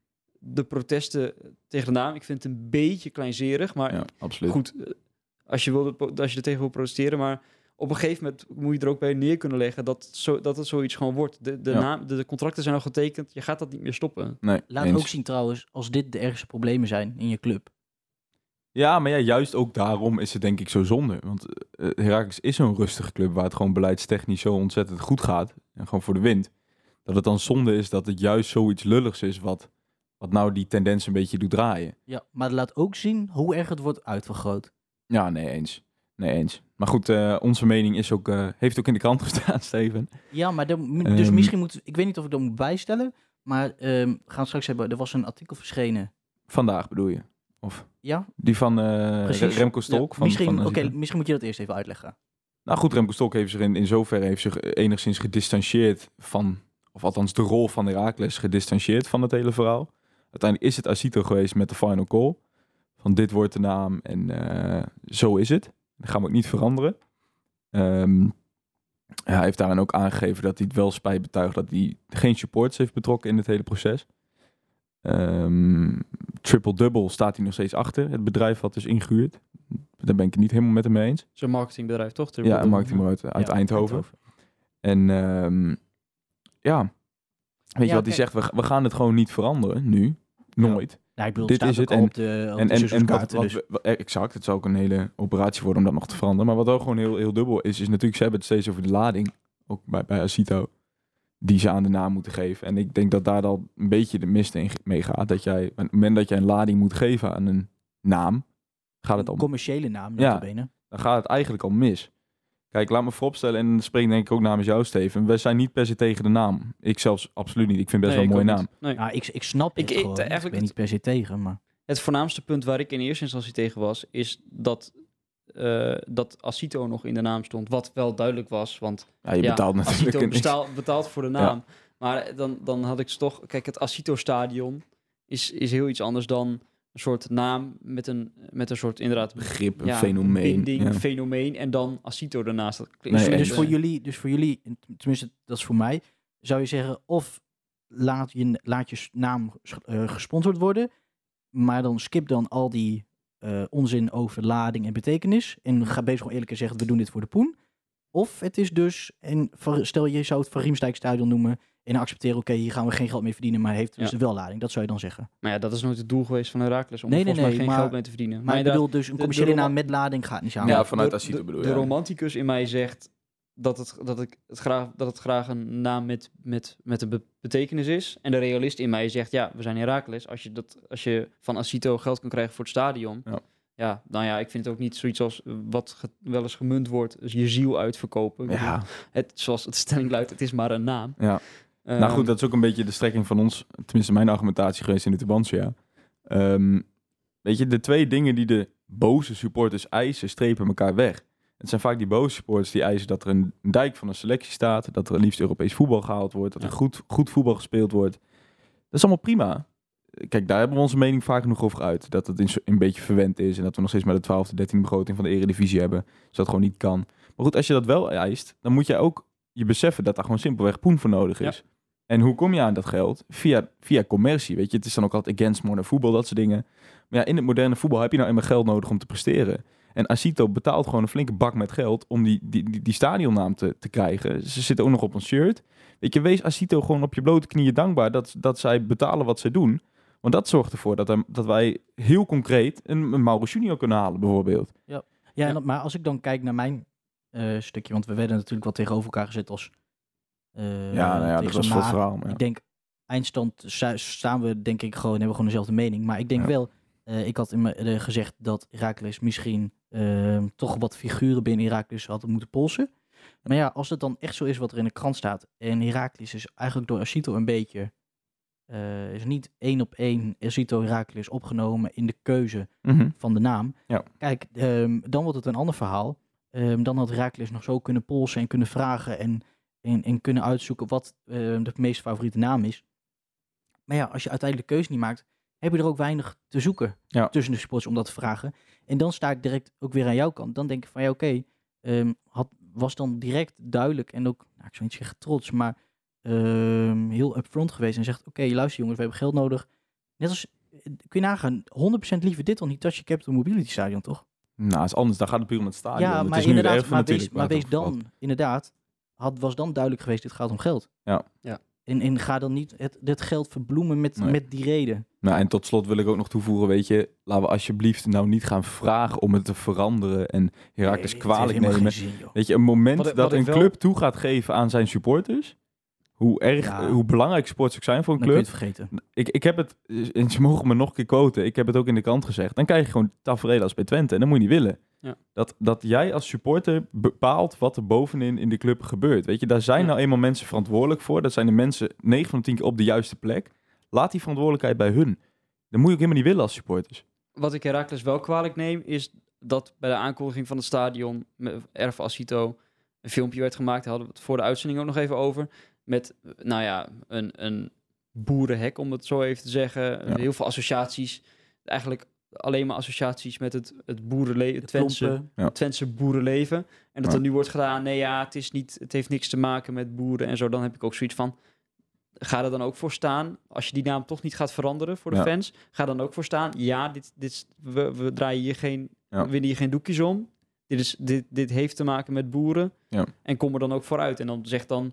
de protesten tegen de naam. Ik vind het een beetje kleinzerig, maar Ja, absoluut. goed, als je er tegen wil protesteren, maar op een gegeven moment moet je er ook bij neer kunnen leggen dat het zoiets gewoon wordt. De contracten zijn al getekend, je gaat dat niet meer stoppen. Nee, Laat eens. ook zien trouwens, als dit de ergste problemen zijn in je club. Ja, maar ja, juist ook daarom is het denk ik zo zonde. Want Heracles is zo'n rustige club waar het gewoon beleidstechnisch zo ontzettend goed gaat. En gewoon voor de wind. Dat het dan zonde is dat het juist zoiets lulligs is wat nou die tendens een beetje doet draaien. Ja, maar het laat ook zien hoe erg het wordt uitvergroot. Ja, nee eens. Maar goed, onze mening is ook, heeft ook in de krant gestaan, Steven. Ja, maar dus misschien moet... Ik weet niet of ik dat moet bijstellen, maar we gaan straks hebben... Er was een artikel verschenen. Vandaag bedoel je? Of Ja? die van Precies. Remco Stolk? Ja, misschien van misschien moet je dat eerst even uitleggen. Nou goed, Remco Stolk heeft zich in zoverre enigszins gedistanceerd van, of althans de rol van Heracles gedistanceerd van het hele verhaal. Uiteindelijk is het Asito geweest met de final call. Van dit wordt de naam en zo is het. Dat gaan we ook niet veranderen. Hij heeft daarin ook aangegeven dat hij het wel spijt betuigt dat hij geen supports heeft betrokken in het hele proces. Triple Double staat hij nog steeds achter. Het bedrijf wat dus ingehuurd. Daar ben ik het niet helemaal met hem mee eens. Zo'n marketingbedrijf, toch? Ja, een marketingbedrijf uit Eindhoven. En weet je wat hij zegt? We gaan het gewoon niet veranderen, nu. Nooit. Ja, ik bedoel, Dit het is staat het. ook al op de seizoenskaarten, dus- exact, het zou ook een hele operatie worden om dat nog te veranderen. Maar wat ook gewoon heel dubbel is natuurlijk, ze hebben het steeds over de lading, ook bij Asito, die ze aan de naam moeten geven. En ik denk dat daar dan een beetje de mist mee gaat. Dat jij, op het moment dat jij een lading moet geven aan een naam, gaat het een om. commerciële naam, Ja. notabene. Dan gaat het eigenlijk al mis. Kijk, laat me vooropstellen, en dat spreek denk ik ook namens jou, Steven. We zijn niet per se tegen de naam. Ik zelfs absoluut niet. Ik vind het best wel een mooie naam. Nee. Ja, ik snap het gewoon. Ik eigenlijk ben niet per se tegen, maar... Het voornaamste punt waar ik in eerste instantie tegen was, is dat Asito nog in de naam stond. Wat wel duidelijk was, want Ja, je betaalt natuurlijk Asito betaalt voor de naam. Maar dan had ik toch... Kijk, het Asito-stadion is heel iets anders dan een soort naam met een soort inderdaad... begrip, een fenomeen. Binding, Ja. een fenomeen en dan Asito daarnaast. Dat Nee, klinkt- Dus voor jullie, tenminste dat is voor mij, zou je zeggen of laat je naam gesponsord worden, maar dan skip dan al die onzin over lading en betekenis en ga bezig gewoon eerlijk en zeggen we doen dit voor de poen. Of het is dus, stel je zou het Van Riemsdijk Stadion noemen en dan accepteren oké, hier gaan we geen geld mee verdienen, maar heeft dus wel lading. Dat zou je dan zeggen. Maar ja, dat is nooit het doel geweest van Heracles, om Nee, er volgens mij nee, geen maar- geld mee te verdienen. Maar ik inderdaad, bedoel dus een commerciële de naam met lading gaat niet samen. Ja, vanuit Asito bedoel je. De Ja. romanticus in mij zegt dat het graag een naam met een betekenis is. En de realist in mij zegt, ja, we zijn Heracles. Als je van Asito geld kan krijgen voor het stadion. Ja, nou ja, ik vind het ook niet zoiets als wat wel eens gemunt wordt, dus je ziel uitverkopen. Ik bedoel, zoals het stelling luidt, het is maar een naam. Ja. Nou goed, dat is ook een beetje de strekking van ons, tenminste mijn argumentatie geweest in de Tubantia. Weet je, de twee dingen die de boze supporters eisen, strepen elkaar weg. Het zijn vaak die boze supporters die eisen dat er een dijk van een selectie staat, dat er liefst Europees voetbal gehaald wordt, dat er goed voetbal gespeeld wordt. Dat is allemaal prima. Kijk, daar hebben we onze mening vaak genoeg over uit. Dat het een beetje verwend is en dat we nog steeds maar de 12e, 13e begroting van de Eredivisie hebben. Dus dat gewoon niet kan. Maar goed, als je dat wel eist, dan moet jij ook je beseffen dat daar gewoon simpelweg poen voor nodig is. Ja. En hoe kom je aan dat geld? Via commercie, weet je. Het is dan ook altijd against modern voetbal, dat soort dingen. Maar ja, in het moderne voetbal heb je nou eenmaal geld nodig om te presteren. En Asito betaalt gewoon een flinke bak met geld om die stadionnaam te krijgen. Ze zitten ook nog op een shirt. Weet je, wees Asito gewoon op je blote knieën dankbaar dat zij betalen wat ze doen. Want dat zorgt ervoor dat wij heel concreet een Mauro Junior kunnen halen, bijvoorbeeld. Ja. Maar als ik dan kijk naar mijn stukje, want we werden natuurlijk wel tegenover elkaar gezet als... dat was voor het verhaal. Maar ik denk, eindstand staan we denk ik gewoon, hebben we gewoon dezelfde mening. Maar ik denk wel, ik had gezegd dat Heracles misschien toch wat figuren binnen Heracles hadden moeten polsen. Maar ja, als het dan echt zo is wat er in de krant staat, en Heracles is eigenlijk door Asito een beetje... is niet 1 op 1 Asito Heracles opgenomen in de keuze van de naam. Ja. Kijk, dan wordt het een ander verhaal. Dan had Heracles nog zo kunnen polsen en kunnen vragen en kunnen uitzoeken wat de meest favoriete naam is. Maar ja, als je uiteindelijk de keuze niet maakt, heb je er ook weinig te zoeken tussen de supporters om dat te vragen. En dan sta ik direct ook weer aan jouw kant. Dan denk ik van ja, oké, was dan direct duidelijk en ook, ik zou niet zeggen trots, maar heel upfront geweest en zegt, oké, luister jongens, we hebben geld nodig. Net als, kun je nagaan, 100% liever dit dan Hitachi Capital Mobility Stadion, toch? Nou, is anders. Dan gaat het puur om het stadion. Ja, Het maar is nu de inderdaad, erven natuurlijk waar het wees over gaat. dan, inderdaad, was dan duidelijk geweest, dit gaat om geld. Ja. Ja. En ga dan niet dit geld verbloemen met die reden. Nou, en tot slot wil ik ook nog toevoegen, weet je, laten we alsjeblieft nou niet gaan vragen om het te veranderen en Heracles kwalijk nemen. Weet je, een moment Wat dat ik een wel- club toe gaat geven aan zijn supporters, hoe belangrijk supporters ook zijn voor een Dan kun je club. het vergeten. Ik heb het, en ze mogen me nog een keer quoten, ik heb het ook in de krant gezegd, dan krijg je gewoon tafereel als bij Twente en dat moet je niet willen. Ja. Dat jij als supporter bepaalt wat er bovenin in de club gebeurt. Weet je, daar zijn nou eenmaal mensen verantwoordelijk voor. Dat zijn de mensen 9 van de 10 keer op de juiste plek. Laat die verantwoordelijkheid bij hun. Dat moet je ook helemaal niet willen als supporters. Wat ik Heracles wel kwalijk neem, is dat bij de aankondiging van het stadion met Erve Asito een filmpje werd gemaakt. Daar hadden we het voor de uitzending ook nog even over. Met, nou ja, een boerenhek, om het zo even te zeggen. Ja. Heel veel associaties. Eigenlijk alleen maar associaties met het boerenleven, De Twentse, klompen. Ja. Twentse boerenleven. En dat Ja. er nu wordt gedaan, nee ja, het heeft niks te maken met boeren en zo. Dan heb ik ook zoiets van, ga er dan ook voor staan, als je die naam toch niet gaat veranderen voor de Ja. fans, ga dan ook voor staan, ja, we draaien hier Ja. winnen hier geen doekjes om. Dit heeft te maken met boeren. Ja. En kom er dan ook vooruit. En dan zegt dan,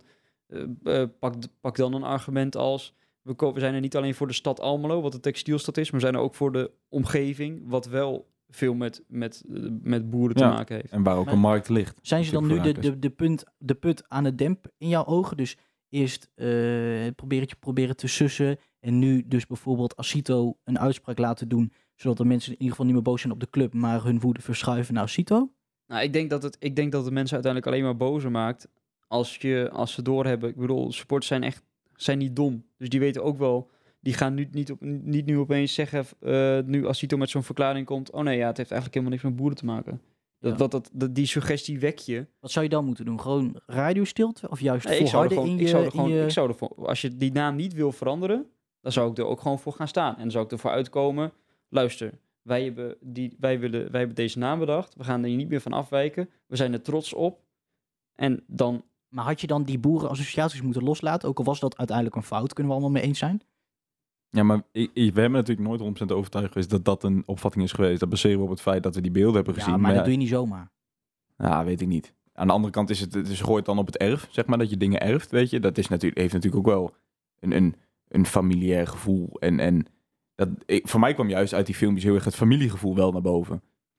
pak dan een argument als, we zijn er niet alleen voor de stad Almelo, wat de textielstad is, maar we zijn er ook voor de omgeving, wat wel veel met boeren te Ja. maken heeft. En waar ook Maar een markt ligt. Zijn ze dan nu Natuurlijk voor de put aan het dempen in jouw ogen? Dus eerst proberen te sussen en nu dus bijvoorbeeld Asito een uitspraak laten doen, zodat de mensen in ieder geval niet meer boos zijn op de club, maar hun woede verschuiven naar Asito? Nou, ik denk dat het mensen uiteindelijk alleen maar bozer maakt als ze doorhebben. Ik bedoel, supporters zijn niet dom. Dus die weten ook wel, die gaan niet nu opeens zeggen, nu Asito met zo'n verklaring komt, oh nee, ja, het heeft eigenlijk helemaal niks met boeren te maken. Die suggestie wek je. Wat zou je dan moeten doen? Gewoon radiostilte of juist Nee, ik zou volharden er gewoon, als je die naam niet wil veranderen, dan zou ik er ook gewoon voor gaan staan. En dan zou ik ervoor uitkomen, luister, wij hebben deze naam bedacht, we gaan er niet meer van afwijken, we zijn er trots op. En dan, Maar had je dan die boerenassociaties moeten loslaten? Ook al was dat uiteindelijk een fout, kunnen we allemaal mee eens zijn? Ja, maar we hebben natuurlijk nooit 100% overtuigd geweest dat dat een opvatting is geweest. Dat baseren we op het feit dat we die beelden hebben gezien. Ja, maar dat doe je niet zomaar. Ja, weet ik niet. Aan de andere kant is het gooit dan op het erf, zeg maar, dat je dingen erft, weet je. Dat is heeft natuurlijk ook wel een familiair gevoel. En voor mij kwam juist uit die filmpjes heel erg het familiegevoel wel naar boven.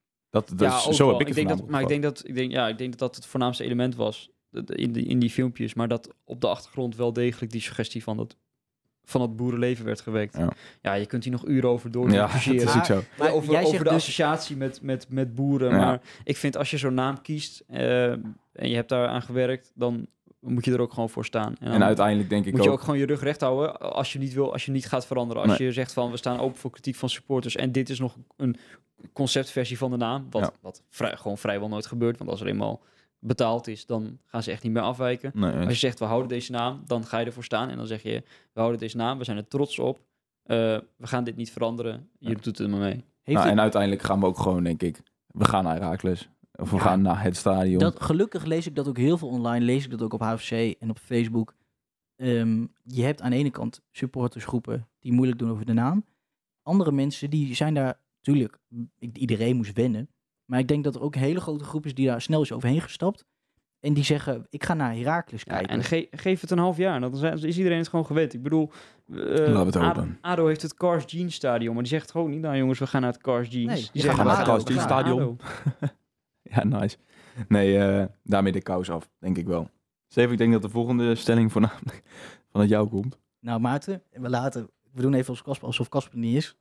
Zo heb ik het voornamelijk ik denk dat het voornaamste element was in die filmpjes, maar dat op de achtergrond wel degelijk die suggestie van het boerenleven werd gewekt. Ja. Ja, je kunt hier nog uren over door Ja, dat discussiëren. is ook zo. Maar over jij over zegt de dus- associatie met boeren. Ja. Maar ik vind als je zo'n naam kiest en je hebt daar aan gewerkt, dan moet je er ook gewoon voor staan. En, dan En uiteindelijk denk ik moet je ook gewoon je rug recht houden als je niet gaat veranderen. Als Nee. je zegt van, we staan open voor kritiek van supporters en dit is nog een conceptversie van de naam, wat gewoon vrijwel nooit gebeurt, want als er eenmaal betaald is, dan gaan ze echt niet meer afwijken. Nee, Als je zegt, we houden deze naam, dan ga je ervoor staan. En dan zeg je, we houden deze naam, we zijn er trots op. We gaan dit niet veranderen. Je doet het maar mee. en uiteindelijk gaan we ook gewoon, denk ik, we gaan naar Heracles. Of we Ja. gaan naar het stadion. Gelukkig lees ik dat ook heel veel online. Lees ik dat ook op HFC en op Facebook. Je hebt aan de ene kant supportersgroepen die moeilijk doen over de naam. Andere mensen die zijn daar, natuurlijk, iedereen moest wennen. Maar ik denk dat er ook een hele grote groep is die daar snel is overheen gestapt. En die zeggen, ik ga naar Heracles Ja, kijken. en geef het een half jaar. Dan is iedereen het gewoon gewend. Ik bedoel, Laten we het hopen. ADO heeft het Cars Jeans stadion. Maar die zegt gewoon niet, nou jongens, we gaan naar het Cars Jeans. Nee, die die zeggen, gaan naar we het Cars we Jeans gaan naar stadion. ADO. Ja, nice. Nee, daarmee de kous af, denk ik wel. Steven, ik denk dat de volgende stelling voornamelijk vanuit jou komt. Nou Maarten, we doen even alsof Casper niet is.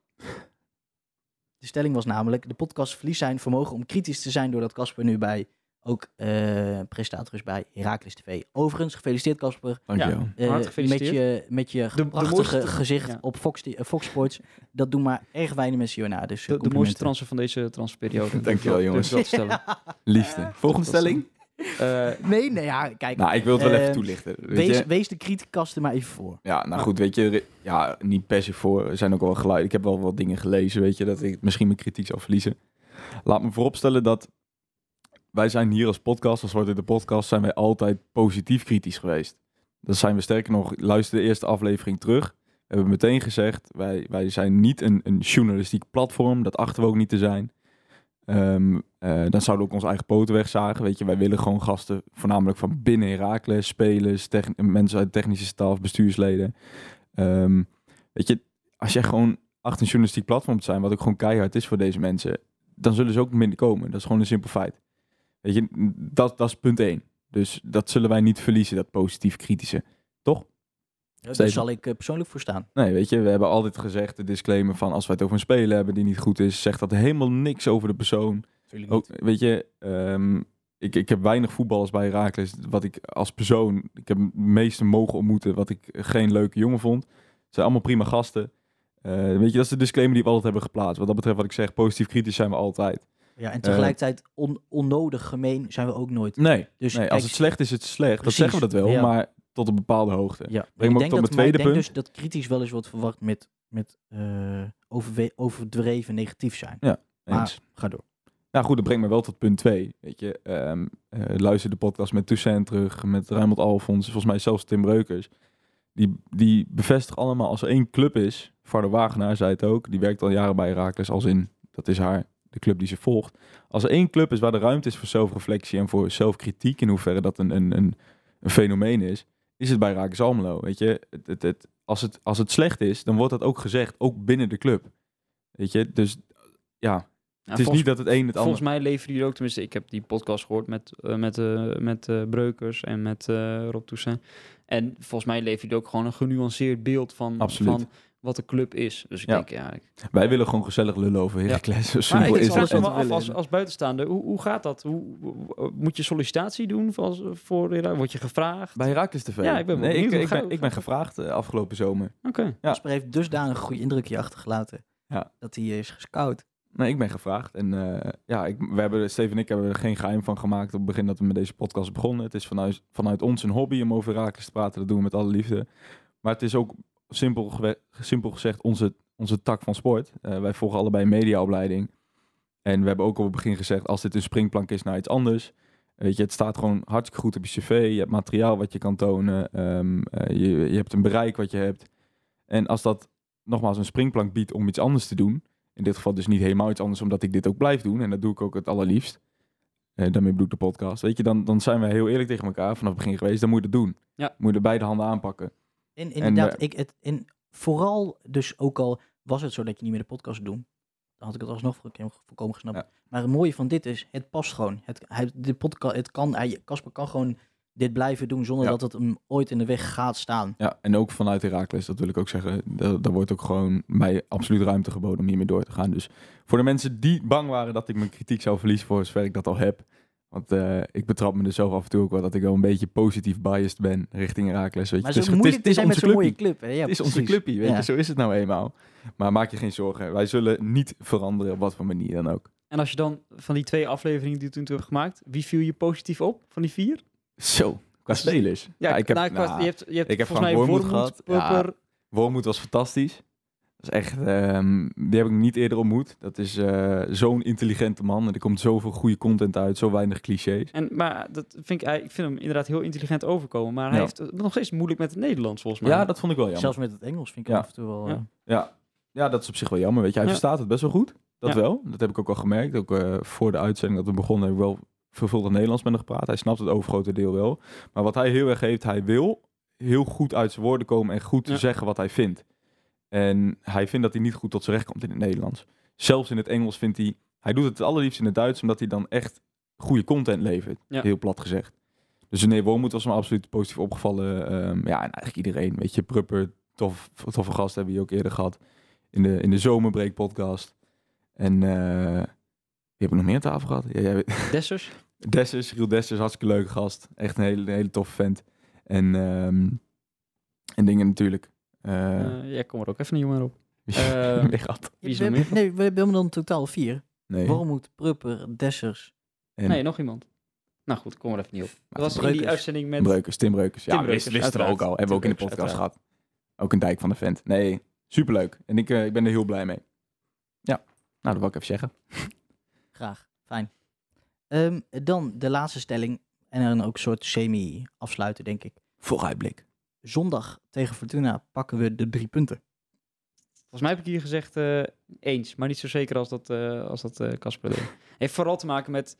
De stelling was namelijk, de podcast verliest zijn vermogen om kritisch te zijn doordat Casper nu bij ook presentator is bij Heracles TV. Overigens, gefeliciteerd Casper. Dankjewel. Hart gefeliciteerd. Met je De prachtige mooiste- gezicht ja. op Fox Sports. Dat doen maar erg weinig mensen hierna. Dus De mooiste complimenten. transfer van deze transferperiode. Dankjewel, jongens. Durf ik wel te stellen. Liefde. Volgende dat is stelling? Nee, ja, kijk. Nou, ik wil het wel even Eh, toelichten. Weet je? Wees de kritiekast er maar even voor. Ja, nou goed, weet je, ja, niet per se voor. Er zijn ook wel geluiden. Ik heb wel wat dingen gelezen, weet je, dat ik misschien mijn kritiek zal verliezen. Laat me vooropstellen dat wij zijn hier als podcast, als Zwart in de podcast, zijn wij altijd positief kritisch geweest. Dat zijn we sterker nog, luister de eerste aflevering terug. We hebben meteen gezegd, wij zijn niet een journalistiek platform. Dat achten we ook niet te zijn. Dan zouden we ook onze eigen poten wegzagen. Weet je, wij willen gewoon gasten, voornamelijk van binnen Heracles, spelers, mensen uit de technische staf, bestuursleden. Weet je, als jij gewoon achter een journalistiek platform te zijn, wat ook gewoon keihard is voor deze mensen, dan zullen ze ook minder komen. Dat is gewoon een simpel feit. Weet je, dat is punt 1. Dus dat zullen wij niet verliezen, dat positief-kritische. Toch? Daar Steven? zal ik persoonlijk voor staan. Nee, weet je, we hebben altijd gezegd, de disclaimer van als wij het over een speler hebben die niet goed is, zegt dat helemaal niks over de persoon. Ook, weet je, ik heb weinig voetballers bij Heracles wat ik als persoon, ik heb de meeste mogen ontmoeten wat ik geen leuke jongen vond. Het zijn allemaal prima gasten. Weet je, dat is de disclaimer die we altijd hebben geplaatst. Wat dat betreft, wat ik zeg, positief kritisch zijn we altijd. Ja, en tegelijkertijd onnodig gemeen zijn we ook nooit. Nee, Dus nee, kijk, als het slecht is, is het slecht. Precies, Dat zeggen we dat wel, ja. maar tot een bepaalde hoogte. Ja, Breng me ook ik tot mijn denk tweede punt. dus dat kritisch wel eens wordt verwacht met overdreven negatief zijn. Ja, Maar eens. ga door. Nou goed, dat brengt me wel tot punt 2. Weet je, luister de podcast met Toussaint terug, met Raymond Alfons, volgens mij zelfs Tim Breukers. Die bevestigen allemaal als er één club is, Varde Wagenaar zei het ook, die werkt al jaren bij Heracles, als in, dat is de club die ze volgt. Als er één club is waar de ruimte is voor zelfreflectie en voor zelfkritiek, in hoeverre dat een fenomeen is het bij Heracles Almelo. Weet je, als het slecht is, dan wordt dat ook gezegd, ook binnen de club. Weet je, dus ja... Het is niet dat het een het ander... Volgens mij leveren jullie ook, tenminste, ik heb die podcast gehoord met Breukers en met Rob Toussaint. En volgens mij leveren jullie ook gewoon een genuanceerd beeld van wat de club is. Dus ik denk, Wij willen gewoon gezellig lullen over Heracles. Zo maar simpel ik is vraag het. me af als buitenstaander, hoe gaat dat? Moet je sollicitatie doen voor Heracles? Word je gevraagd? Bij Heracles TV? Ja, ik ben benieuwd. Ik ben gevraagd afgelopen zomer. Oké. Ja. Jasper heeft dusdanig een goede indrukje achtergelaten. Ja. Dat hij is gescout. Nee, ik ben gevraagd. En Steve en ik hebben er geen geheim van gemaakt op het begin dat we met deze podcast begonnen. Het is vanuit ons een hobby om over Heracles te praten. Dat doen we met alle liefde. Maar het is ook simpel gezegd onze tak van sport. Wij volgen allebei een mediaopleiding. En we hebben ook op het begin gezegd, als dit een springplank is naar iets anders. Weet je, het staat gewoon hartstikke goed op je cv. Je hebt materiaal wat je kan tonen. Je hebt een bereik wat je hebt. En als dat nogmaals een springplank biedt om iets anders te doen. In dit geval dus niet helemaal iets anders, omdat ik dit ook blijf doen. En dat doe ik ook het allerliefst. Daarmee bedoel ik de podcast. Weet je, dan zijn wij heel eerlijk tegen elkaar vanaf het begin geweest. Dan moet je het doen. Ja. Moet je er beide handen aanpakken. En inderdaad, vooral dus ook al was het zo dat je niet meer de podcast doet, dan had ik het alsnog volkomen gesnapt. Ja. Maar het mooie van dit is, het past gewoon. Casper kan gewoon dit blijven doen zonder dat het hem ooit in de weg gaat staan. Ja, en ook vanuit Heracles, dat wil ik ook zeggen. Daar wordt ook gewoon mij absoluut ruimte geboden om hiermee door te gaan. Dus voor de mensen die bang waren dat ik mijn kritiek zou verliezen voor zover ik dat al heb. Want ik betrap me dus zelf af en toe ook wel dat ik wel een beetje positief biased ben richting Heracles. Weet je. Maar het is moeilijk te zijn met zo'n mooie club. Hè? Ja, het is onze clubpie, weet je. Zo is het nou eenmaal. Maar maak je geen zorgen. Wij zullen niet veranderen op wat voor manier dan ook. En als je dan van die 2 afleveringen die je toen hebt gemaakt, wie viel je positief op van die 4? Zo, qua spelers. Ja, ik heb, je hebt ik heb volgens mij Wormoed gehad. Ja, Wormoed was fantastisch. Dat is echt, die heb ik niet eerder ontmoet. Dat is zo'n intelligente man. En er komt zoveel goede content uit, zo weinig clichés. Maar dat vind ik vind hem inderdaad heel intelligent overkomen. Maar hij heeft het nog steeds moeilijk met het Nederlands, volgens mij. Ja, dat vond ik wel jammer. Zelfs met het Engels vind ik af en toe wel... Ja, dat is op zich wel jammer. Weet je, hij verstaat het best wel goed. Dat wel. Dat heb ik ook al gemerkt. Ook voor de uitzending dat we begonnen, heb ik wel veelvuldig Nederlands met hem gepraat. Hij snapt het overgrote deel wel. Maar wat hij heel erg heeft, hij wil heel goed uit zijn woorden komen en goed zeggen wat hij vindt. En hij vindt dat hij niet goed tot zijn recht komt in het Nederlands. Zelfs in het Engels vindt hij doet het allerliefst in het Duits, omdat hij dan echt goede content levert. Ja. Heel plat gezegd. Dus nee, Wormoed was me absoluut positief opgevallen. En eigenlijk iedereen. Weet je, Prupper, toffe gast hebben we ook eerder gehad. In de Zomerbreak podcast. En wie heb ik nog meer aan tafel gehad? Dessers, Riel Dessers, hartstikke leuke gast. Echt een hele toffe vent. En dingen natuurlijk. Jij komt er ook even niet meer op. Wie is meer? Nee, we hebben dan totaal 4. Nee. Wormoed, Prupper, Dessers. Nee, nog iemand. Nou goed, kom er even niet op. Dat was in die uitzending met... Tim Breukers. Ja, wisten we ook al. Hebben we ook in de podcast gehad. Ook een dijk van de vent. Nee, superleuk. En ik ben er heel blij mee. Ja, nou dat wil ik even zeggen. Graag, fijn. Dan de laatste stelling. En dan ook een soort semi-afsluiten, denk ik. Vooruitblik. zondag tegen Fortuna pakken we de 3 punten. Volgens mij heb ik hier gezegd eens, maar niet zo zeker als dat Casper deed. Heeft vooral te maken met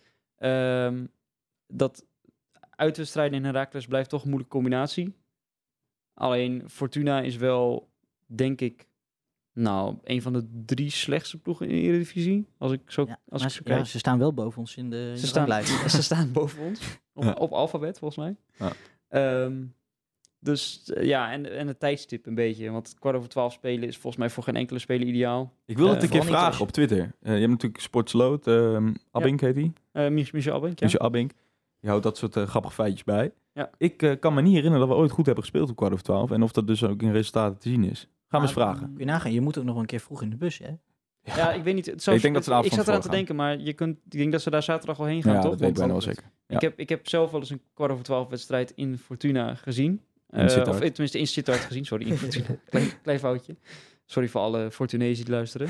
dat uitwedstrijden in Heracles blijft toch een moeilijke combinatie. Alleen Fortuna is wel, denk ik, een van de 3 slechtste ploegen in de Eredivisie. Als ik zo kijk. Ze staan wel boven ons in de ranglijst. Ze staan boven ons. Op alfabet, volgens mij. Ja. Dus en het tijdstip een beetje. Want 11:15 spelen is volgens mij voor geen enkele speler ideaal. Ik wil het een keer vooral niet vragen als- op Twitter. Je hebt natuurlijk Sportsloot, Abink heet die. Michel Abink, ja. Michel Abink. Die houdt dat soort grappige feitjes bij. Ja. Ik kan me niet herinneren dat we ooit goed hebben gespeeld op 11:15. En of dat dus ook in resultaten te zien is. Gaan we eens vragen. Kun je nagaan, je moet ook nog een keer vroeg in de bus, hè? Ja, ik weet niet. Ik denk dat ze de avond ik zat van eraan te tevoren denken, maar ik denk dat ze daar zaterdag al heen gaan, Ja, toch? dat weet ik bijna wel Want zeker. Ja. Ik heb zelf wel eens een 11:15 wedstrijd in Fortuna gezien. In Sittard. Of tenminste in Sittard gezien, sorry. In Fortuna. Klein foutje. Sorry voor alle Fortunezen die luisteren.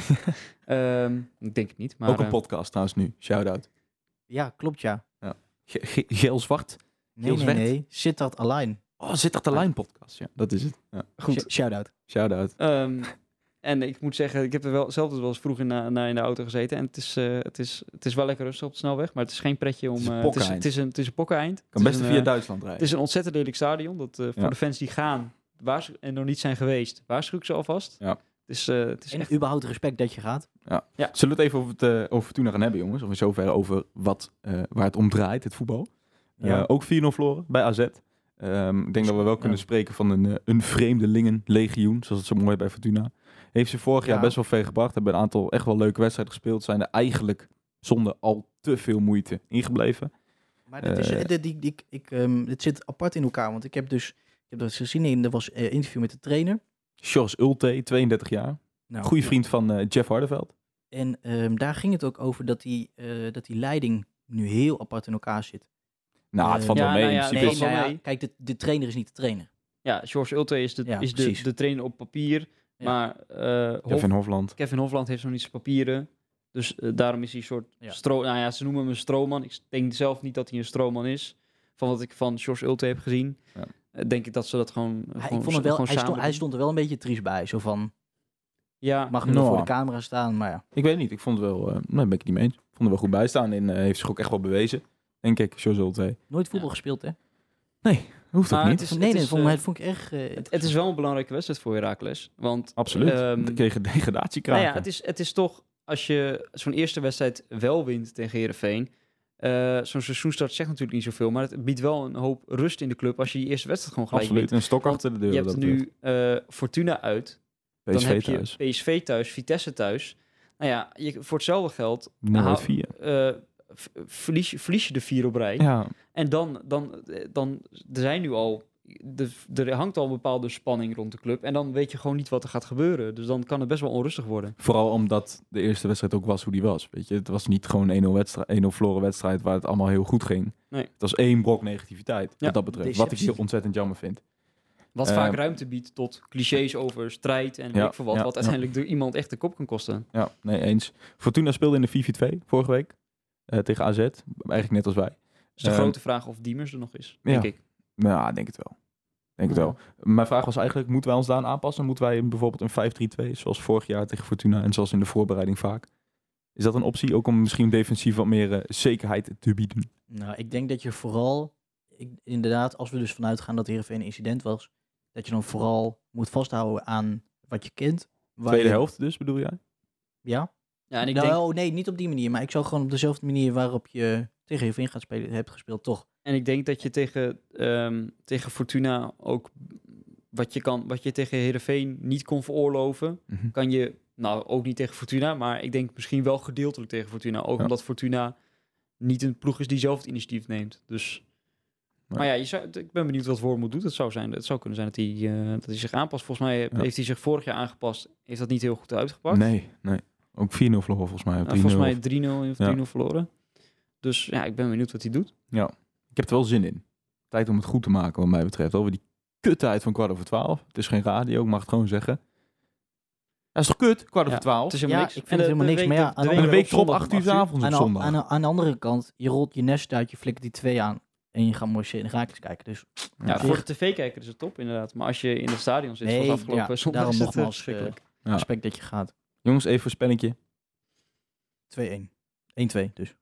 Ik denk het niet. Maar, ook een podcast trouwens nu. Shout-out. Ja, klopt, ja. Geel-zwart. Heel zwart. Nee. Sittard Align. Oh, zit dat de Line podcast? Ja, dat is het. Ja. goed. Shout-out. Shout-out. En ik moet zeggen, ik heb er zelf dus wel eens vroeg in de auto gezeten. En het is wel lekker rustig op de snelweg. Maar het is geen pretje om... Het is een het is pokkeneind. een pokkeneind. Kan Het best is via een, Duitsland Het rijden. is een ontzettend lelijk stadion. Dat voor Ja. de fans die gaan en nog niet zijn geweest, waarschuw ik ze alvast. Ja. Het is En echt... überhaupt respect dat je gaat. Ja. Zullen we het even over Fortuna gaan hebben, jongens? Of in zoverre over waar het om draait, het voetbal. Ja. Ook 4-0 verloren bij AZ. Ik denk dat we wel kunnen spreken van een vreemdelingenlegioen, zoals het zo mooi bij Fortuna. Heeft ze vorig jaar best wel ver gebracht. Hebben een aantal echt wel leuke wedstrijden gespeeld. Zijn er eigenlijk zonder al te veel moeite ingebleven. Maar dat is, het zit apart in elkaar. Want ik heb dat gezien en er was een interview met de trainer. Sjors Ulte, 32 jaar. Nou, Goeie vriend van Jeff Hardeveld. En daar ging het ook over dat die leiding nu heel apart in elkaar zit. Nou, het valt Ja, wel mee. nou in ja, principe nee, is- valt nou mee. kijk, de trainer is niet de trainer. Ja, George Ulte is Ja, precies. de trainer op papier. Ja. Maar Kevin Hofland. Kevin Hofland heeft nog niet zijn papieren. Dus daarom is hij een soort nou ja, ze noemen hem een stroomman. Ik denk zelf niet dat hij een stroomman is. Van wat ik van George Ulte heb gezien. Ja. Denk ik dat ze dat gewoon Ik vond hem wel, hij stond er wel een beetje triest bij. Zo van, Ja, mag nu Nou. voor de camera staan, maar ja. Ik weet niet. Ik vond het wel... nee, ben ik het niet mee eens. Ik vond er wel goed bij staan. En heeft zich ook echt wel bewezen. Denk ik, Sjors Ulte. Nooit voetbal gespeeld, hè? Hoeft ook Maar niet. het is- Nee, het is, vond ik echt... het is wel een belangrijke wedstrijd voor Heracles. Want Absoluut. ehm, Tegen degradatiekraken. nou ja, het is toch, als je zo'n eerste wedstrijd wel wint tegen Heerenveen. Zo'n seizoenstart zegt natuurlijk niet zoveel, maar het biedt wel een hoop rust in de club als je die eerste wedstrijd gewoon gelijk Absoluut. wint. Een stok Want achter de deur. Je wat hebt dat nu Fortuna uit, dan PSV heb je thuis. PSV thuis, Vitesse thuis. Nou ja, voor hetzelfde geld Nummer hou- 4. verlies je de 4 op rij. Ja, En dan er zijn nu al, er hangt al een bepaalde spanning rond de club. En dan weet je gewoon niet wat er gaat gebeuren. Dus dan kan het best wel onrustig worden. vooral omdat de eerste wedstrijd ook was hoe die was. Weet je, het was niet gewoon 1-0 verloren wedstrijd waar het allemaal heel goed ging. Nee. Het was 1 brok negativiteit, Ja, wat dat betreft. Wat ik deceptie. heel ontzettend jammer vind. Wat vaak ruimte biedt tot clichés over strijd en weet ik veel wat. ja, Wat ja. uiteindelijk door iemand echt de kop kan kosten. Ja, nee, eens. Fortuna speelde in de 4-4-2 vorige week tegen AZ. Eigenlijk net als wij. Dus de grote vraag of Diemers er nog is, ja. denk ik. Nou, denk het wel. Denk het wel. Mijn vraag was eigenlijk, moeten wij ons daaraan aanpassen? Moeten wij bijvoorbeeld een 5-3-2, zoals vorig jaar tegen Fortuna en zoals in de voorbereiding vaak? Is dat een optie, ook om misschien defensief wat meer zekerheid te bieden? Nou, ik denk dat je vooral, inderdaad, als we dus vanuit gaan dat Heerenveen een incident was, dat je dan vooral moet vasthouden aan wat je kent. waar Tweede je- helft dus, bedoel jij? Ja? Ja, en ik Nou, denk, nee, niet op die manier, maar ik zou gewoon op dezelfde manier waarop je tegen Heerenveen gaat spelen, hebt gespeeld, toch? dat je tegen Fortuna ook wat je tegen Heerenveen niet kon veroorloven, Mhm. kan je, nou ook niet tegen Fortuna, maar ik denk misschien wel gedeeltelijk tegen Fortuna. Ook Ja. omdat Fortuna niet een ploeg is die zelf het initiatief neemt. Dus, Nee. maar ja, ik ben benieuwd wat Wormoed doet. Het zou kunnen zijn dat hij zich aanpast. Volgens mij heeft hij zich vorig jaar aangepast. Heeft dat niet heel goed uitgepakt. Nee. Ook 4-0 verloren volgens mij. Of 3-0. Volgens mij 3-0 of Ja. 3-0 verloren. Dus ja, ik ben benieuwd wat hij doet. Ik heb er wel zin in. Tijd om het goed te maken wat mij betreft. Over die kuttijd van 11:15. Het is geen radio, ik mag het gewoon zeggen. Dat is toch kut? 11:15. Het is helemaal Ja, niks. ik vind het helemaal niks, maar ja, aan de En andere een week erop erop zondag 8 uur 's avonds op zondag. Aan de andere kant, je rolt je nest uit, je flikkert die 2 aan. En je gaat mooi in Heracles kijken. Dus Ja, op voor zich, de tv-kijker is het top inderdaad. Maar als je in het stadion zit, Nee, zoals afgelopen ja, zondag, daarom is het nogmaals, verschrikkelijk. Ja. respect dat je gaat. Jongens, even voorspellingje. 2-1. 1-2 dus.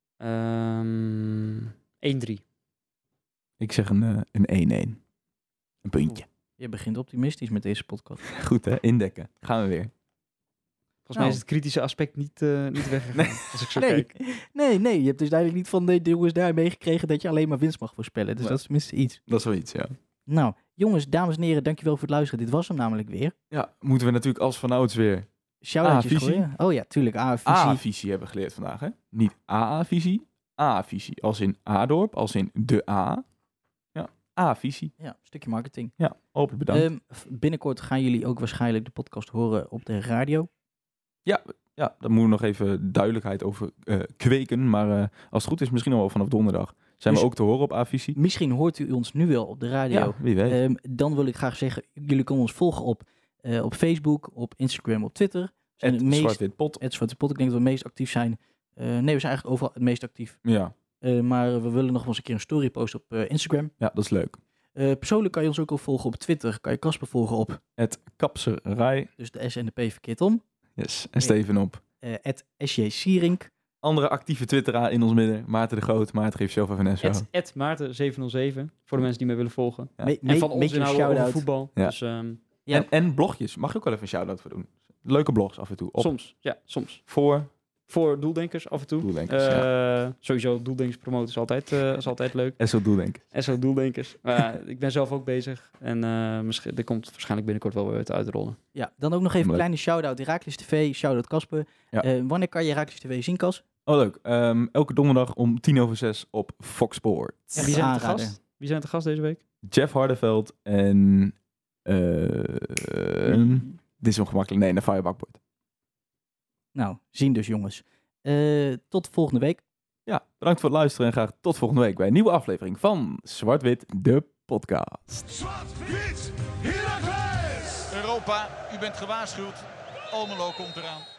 1-3. Ik zeg een 1-1. Een puntje. Je begint optimistisch met deze podcast. Goed hè, indekken. Gaan we weer. Volgens mij is het kritische aspect niet weggegaan. Als ik zo kijk. Nee. Je hebt dus eigenlijk niet van de jongens daar meegekregen dat je alleen maar winst mag voorspellen. Dus Nee. dat is tenminste iets. Dat is wel iets, ja. Nou, jongens, dames en heren, dankjewel voor het luisteren. Dit was hem namelijk weer. Ja, moeten we natuurlijk als vanouds weer Shout-outjes visie. gooien. Oh ja, tuurlijk. visie. A-visie hebben geleerd vandaag, hè? Niet AA-visie, A-visie. Als in A-dorp, als in de A. Ja, A-visie. Ja, een stukje marketing. Ja, hopelijk bedankt. Binnenkort gaan jullie ook waarschijnlijk de podcast horen op de radio. Ja, daar moeten we nog even duidelijkheid over kweken. Maar als het goed is, misschien al wel vanaf donderdag. Zijn Dus- we ook te horen op A-visie? Misschien hoort u ons nu wel op de radio. Ja, wie weet. Dan wil ik graag zeggen, jullie kunnen ons volgen op Facebook, op Instagram, op Twitter. We zijn Het het meest, zwart-wit pot. het Zwarte Pot. Ik denk dat we het meest actief zijn. Nee, we zijn eigenlijk overal het meest actief. Ja, Maar we willen nog wel eens een keer een story posten op Instagram. ja, dat is leuk. Persoonlijk kan je ons ook al volgen op Twitter. Kan je Casper volgen op, Het kapserij. dus de S en de P verkeerd om. Yes. En Steven op. @SJ Sierink. Andere actieve twitteraar in ons midden. Maarten de Groot. Maarten geeft zelf even een SO. Maarten707. Voor de mensen die mij willen volgen. Ja. En van ons Beetje inhouden over shout-out. voetbal. Ja. Dus Ja. En blogjes. Mag je ook wel even een shout-out voor doen. Leuke blogs af en toe. Op soms. Ja, soms. voor Voor doeldenkers af en toe. doeldenkers. Sowieso doeldenkers promoten is altijd leuk. SO doeldenkers. En zo doeldenkers. Maar ja, ik ben zelf ook bezig. En misschien, er komt waarschijnlijk binnenkort wel weer te uitrollen. Ja, dan ook nog even een Leuk. kleine shout-out. Heracles TV, shout-out Casper. Ja. Wanneer kan je Heracles TV zien, Cas? Oh, leuk. Elke donderdag om 5:10 op Fox Sports. En wie zijn er te aanraden. gast? Wie zijn er te gast deze week? Jeff Hardeveld en... dit is ongemakkelijk. Nee, naar Firebakboard. Nou, zien dus jongens. Tot volgende week. Ja, bedankt voor het luisteren en graag tot volgende week bij een nieuwe aflevering van Zwart-Wit, de podcast. Zwart-wit, Heracles! Europa, u bent gewaarschuwd. Almelo komt eraan.